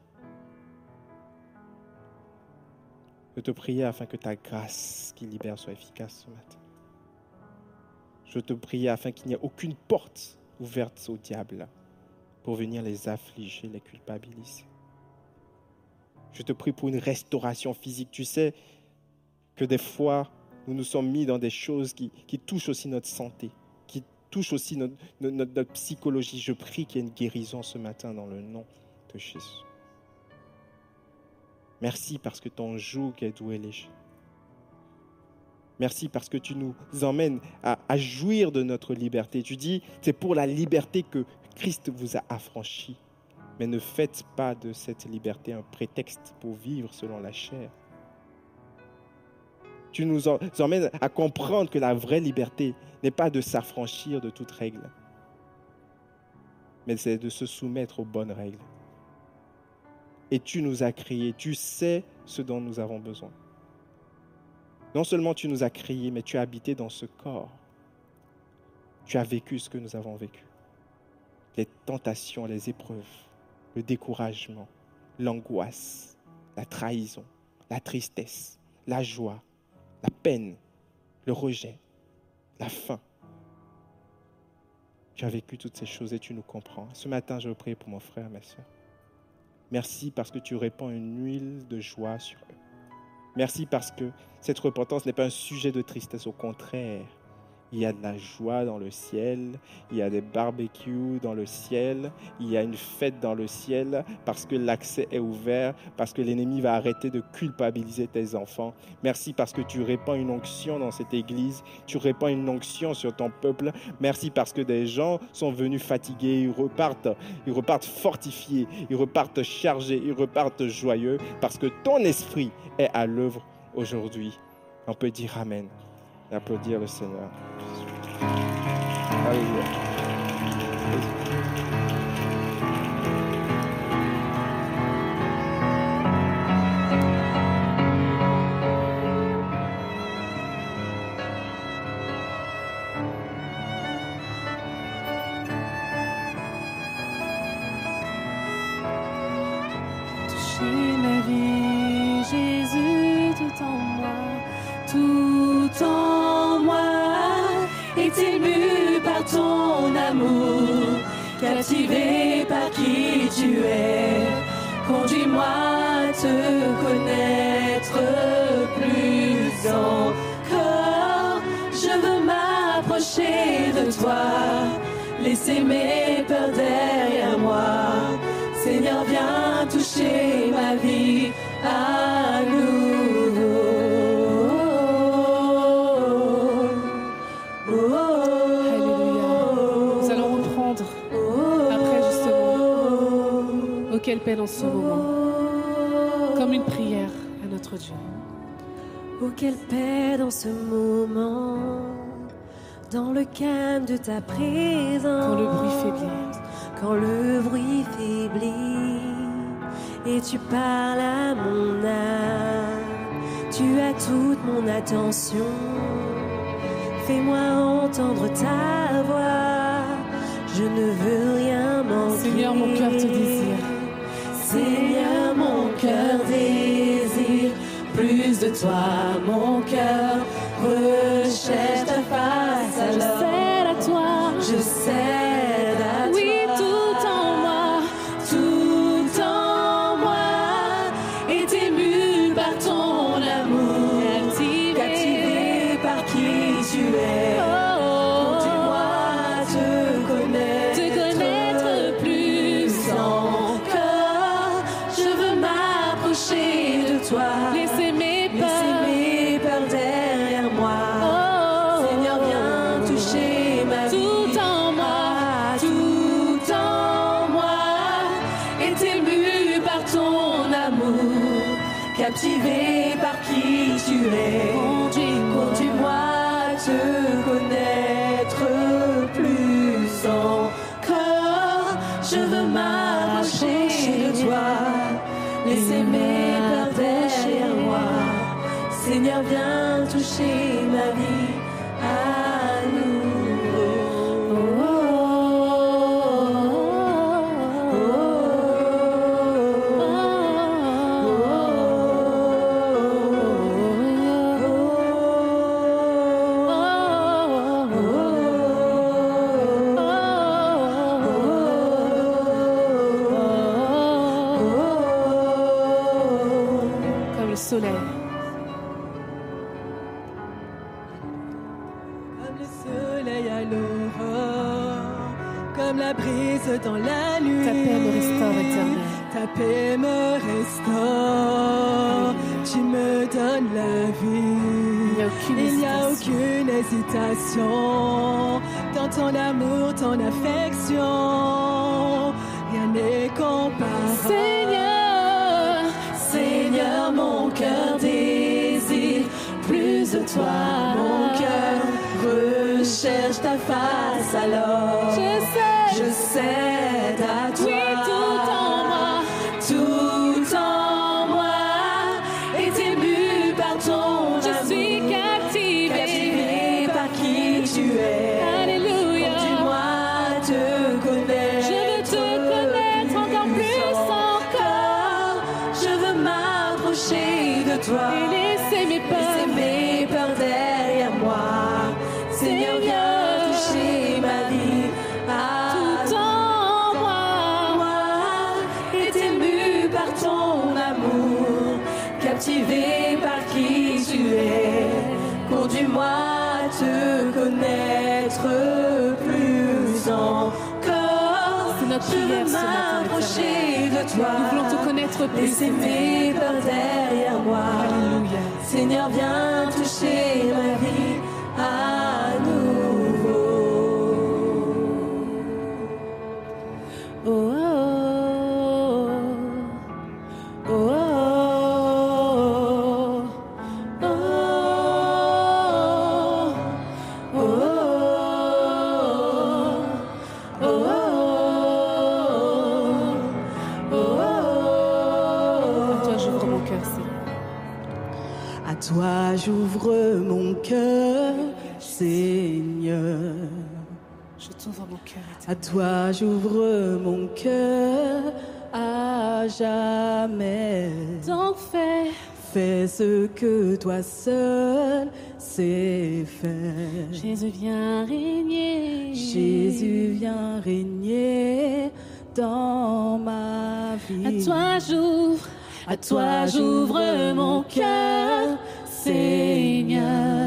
Je veux te prier afin que ta grâce qui libère soit efficace ce matin. Je veux te prier afin qu'il n'y ait aucune porte ouverte au diable pour venir les affliger, les culpabiliser. Je te prie pour une restauration physique. Tu sais que des fois, nous nous sommes mis dans des choses qui touchent aussi notre santé, qui touchent aussi notre psychologie. Je prie qu'il y ait une guérison ce matin dans le nom de Jésus. Merci parce que ton joug est doux et léger. Merci parce que tu nous emmènes à jouir de notre liberté. Tu dis, c'est pour la liberté que Christ vous a affranchis. Mais ne faites pas de cette liberté un prétexte pour vivre selon la chair. Tu nous emmènes à comprendre que la vraie liberté n'est pas de s'affranchir de toute règle, mais c'est de se soumettre aux bonnes règles. Et tu nous as créés, tu sais ce dont nous avons besoin. Non seulement tu nous as créés, mais tu as habité dans ce corps. Tu as vécu ce que nous avons vécu. Les tentations, les épreuves, le découragement, l'angoisse, la trahison, la tristesse, la joie, la peine, le rejet, la faim. Tu as vécu toutes ces choses et tu nous comprends. Ce matin, je veux prier pour mon frère, ma soeur. Merci parce que tu répands une huile de joie sur eux. Merci parce que cette repentance n'est pas un sujet de tristesse, au contraire. Il y a de la joie dans le ciel, il y a des barbecues dans le ciel, il y a une fête dans le ciel parce que l'accès est ouvert, parce que l'ennemi va arrêter de culpabiliser tes enfants. Merci parce que tu répands une onction dans cette église, tu répands une onction sur ton peuple. Merci parce que des gens sont venus fatigués, ils repartent fortifiés, ils repartent chargés, ils repartent joyeux parce que ton esprit est à l'œuvre aujourd'hui. On peut dire Amen. Et applaudir le Seigneur. Alléluia. Toucher ma vie, Jésus, tout en moi, tout en moi est ému par ton amour, captivé par qui tu es. Conduis-moi à te connaître plus encore. Je veux m'approcher de toi, laisser mes peurs derrière moi. Seigneur, viens toucher ma vie à nouveau. Oh, quelle paix dans ce moment, comme une prière à notre Dieu. Oh, quelle paix dans ce moment, dans le calme de ta présence. Quand le bruit faiblit. Quand le bruit faiblit et tu parles à mon âme, tu as toute mon attention. Fais-moi entendre ta voix, je ne veux rien manquer. Seigneur, mon cœur te désire. Seigneur, mon cœur désire plus de toi. Mon cœur recherche ta face. Alors je cède à toi. Je cède à toi. Oui, tout en moi est ému par ton tu es. Conduis-moi à te connaître plus encore. Je veux m'approcher de toi, laisser mes peurs derrière moi. Seigneur, viens toucher ma vie à nouveau. Comme le soleil. Comme le soleil à l'aurore, comme la brise dans la nuit. Ta paix me restaure, Éternel. Ta paix me restaure, tu me donnes la vie. Il n'y a aucune hésitation dans ton amour, ton affection. Rien n'est comparable. Seigneur, mon cœur désire plus de toi. Mon cœur recherche ta face alors. Je cède à toi. Oui, Tout en moi est ému par ton amour. Je suis captivée par qui tu es. Alléluia. Conduis-moi à te connaître. Je veux te connaître encore plus encore. Je veux m'approcher de toi et laisser mes peurs derrière moi. Seigneur, viens toucher ma vie. tout en moi. Est ému par ton amour, captivé par qui tu es. Conduis-moi à te connaître plus encore. C'est notre Je veux prière ce matin, m'approcher de toi. Nous voulons te connaître plus. Laissez mes peurs derrière moi. Alléluia. Seigneur, viens toucher ma vie à nouveau. Oh, oh, oh, oh, oh, oh, À toi, j'ouvre mon cœur, Seigneur. Je t'ouvre mon cœur, À toi, j'ouvre mon cœur à jamais. donc Fais ce que toi seul sais faire. Jésus vient régner. Jésus, viens régner dans ma vie. À toi j'ouvre mon cœur, Seigneur.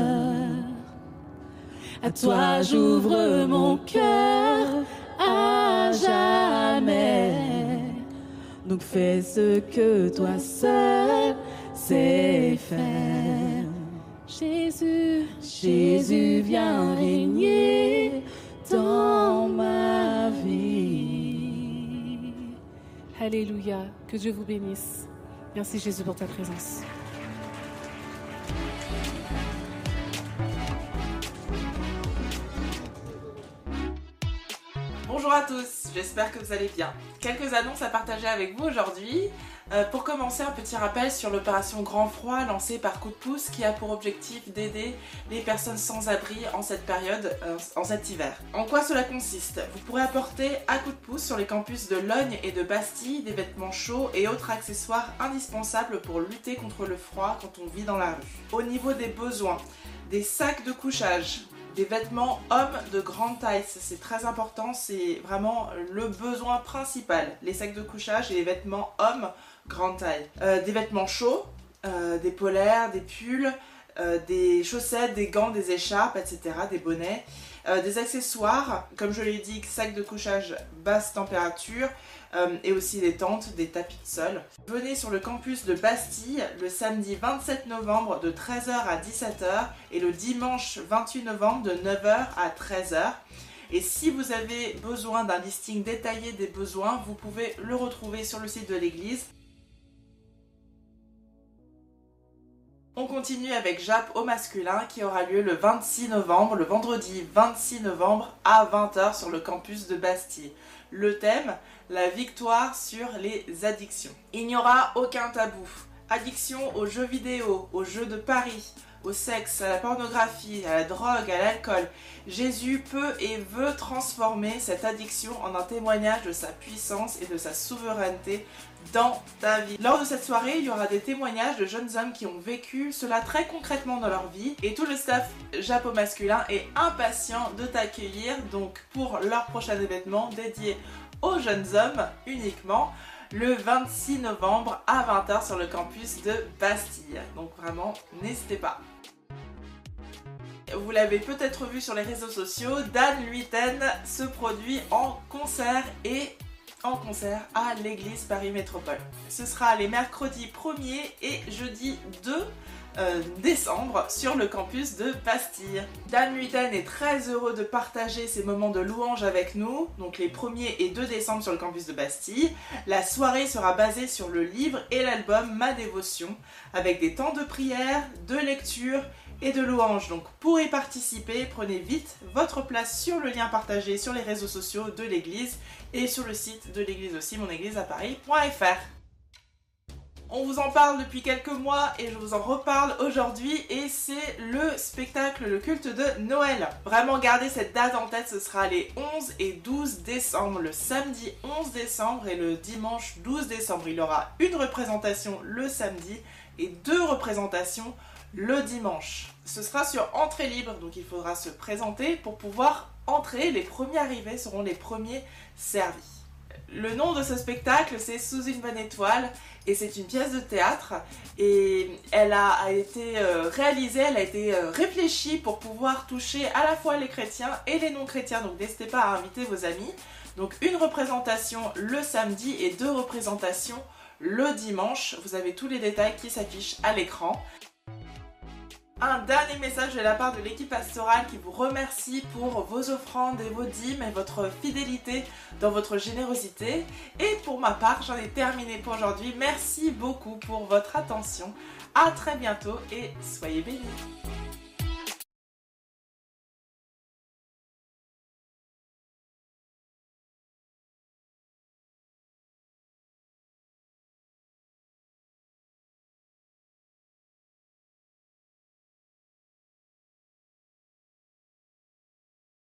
À toi j'ouvre mon cœur à jamais. Donc fais ce que toi seul sais faire. Jésus, viens régner dans ma vie. Alléluia, que Dieu vous bénisse. Merci Jésus pour ta présence. Bonjour à tous, j'espère que vous allez bien. Quelques annonces à partager avec vous aujourd'hui. Pour commencer, un petit rappel sur l'opération Grand Froid lancée par Coup de Pouce qui a pour objectif d'aider les personnes sans abri en cette période, en cet hiver. En quoi cela consiste? Vous pourrez apporter à Coup de Pouce sur les campus de Logne et de Bastille des vêtements chauds et autres accessoires indispensables pour lutter contre le froid quand on vit dans la rue. Au niveau des besoins, des sacs de couchage, des vêtements hommes de grande taille, c'est très important, c'est vraiment le besoin principal. Les sacs de couchage et les vêtements hommes grande taille. Des vêtements chauds, des polaires, des pulls, des chaussettes, des gants, des écharpes, etc., des bonnets. Des accessoires, comme je l'ai dit, sacs de couchage basse température, et aussi des tentes, des tapis de sol. Venez sur le campus de Bastille le samedi 27 novembre de 13h à 17h et le dimanche 28 novembre de 9h à 13h. Et si vous avez besoin d'un listing détaillé des besoins, vous pouvez le retrouver sur le site de l'église. On continue avec Jap au masculin qui aura lieu le 26 novembre, le vendredi 26 novembre à 20h sur le campus de Bastille. Le thème, la victoire sur les addictions. Il n'y aura aucun tabou. Addiction aux jeux vidéo, aux jeux de paris, au sexe, à la pornographie, à la drogue, à l'alcool. Jésus peut et veut transformer cette addiction en un témoignage de sa puissance et de sa souveraineté dans ta vie. Lors de cette soirée, il y aura des témoignages de jeunes hommes qui ont vécu cela très concrètement dans leur vie et tout le staff Japo masculin est impatient de t'accueillir donc pour leur prochain événement dédié aux jeunes hommes uniquement le 26 novembre à 20h sur le campus de Bastille. Donc vraiment, n'hésitez pas. Vous l'avez peut-être vu sur les réseaux sociaux, Dan Luyten se produit en concert à l'église Paris Métropole. Ce sera les mercredis 1er et jeudi 2 décembre sur le campus de Bastille. Dan Luyten est très heureux de partager ces moments de louange avec nous, donc les 1er et 2 décembre sur le campus de Bastille. La soirée sera basée sur le livre et l'album Ma Dévotion, avec des temps de prière, de lecture et de louange. Donc pour y participer, prenez vite votre place sur le lien partagé sur les réseaux sociaux de l'église et sur le site de l'église aussi, monégliseaparis.fr. On vous en parle depuis quelques mois et je vous en reparle aujourd'hui et c'est le spectacle, le culte de Noël. Vraiment gardez cette date en tête, ce sera les 11 et 12 décembre, le samedi 11 décembre et le dimanche 12 décembre. Il y aura une représentation le samedi et 2 représentations le dimanche. Ce sera sur entrée libre, donc il faudra se présenter pour pouvoir entrer. Les premiers arrivés seront les premiers servis. Le nom de ce spectacle, c'est Sous une bonne étoile et c'est une pièce de théâtre et elle a été réalisée, elle a été réfléchie pour pouvoir toucher à la fois les chrétiens et les non-chrétiens, donc n'hésitez pas à inviter vos amis. Donc une représentation le samedi et 2 représentations le dimanche. Vous avez tous les détails qui s'affichent à l'écran. Un dernier message de la part de l'équipe pastorale qui vous remercie pour vos offrandes et vos dîmes et votre fidélité dans votre générosité. Et pour ma part, j'en ai terminé pour aujourd'hui. Merci beaucoup pour votre attention. À très bientôt et soyez bénis.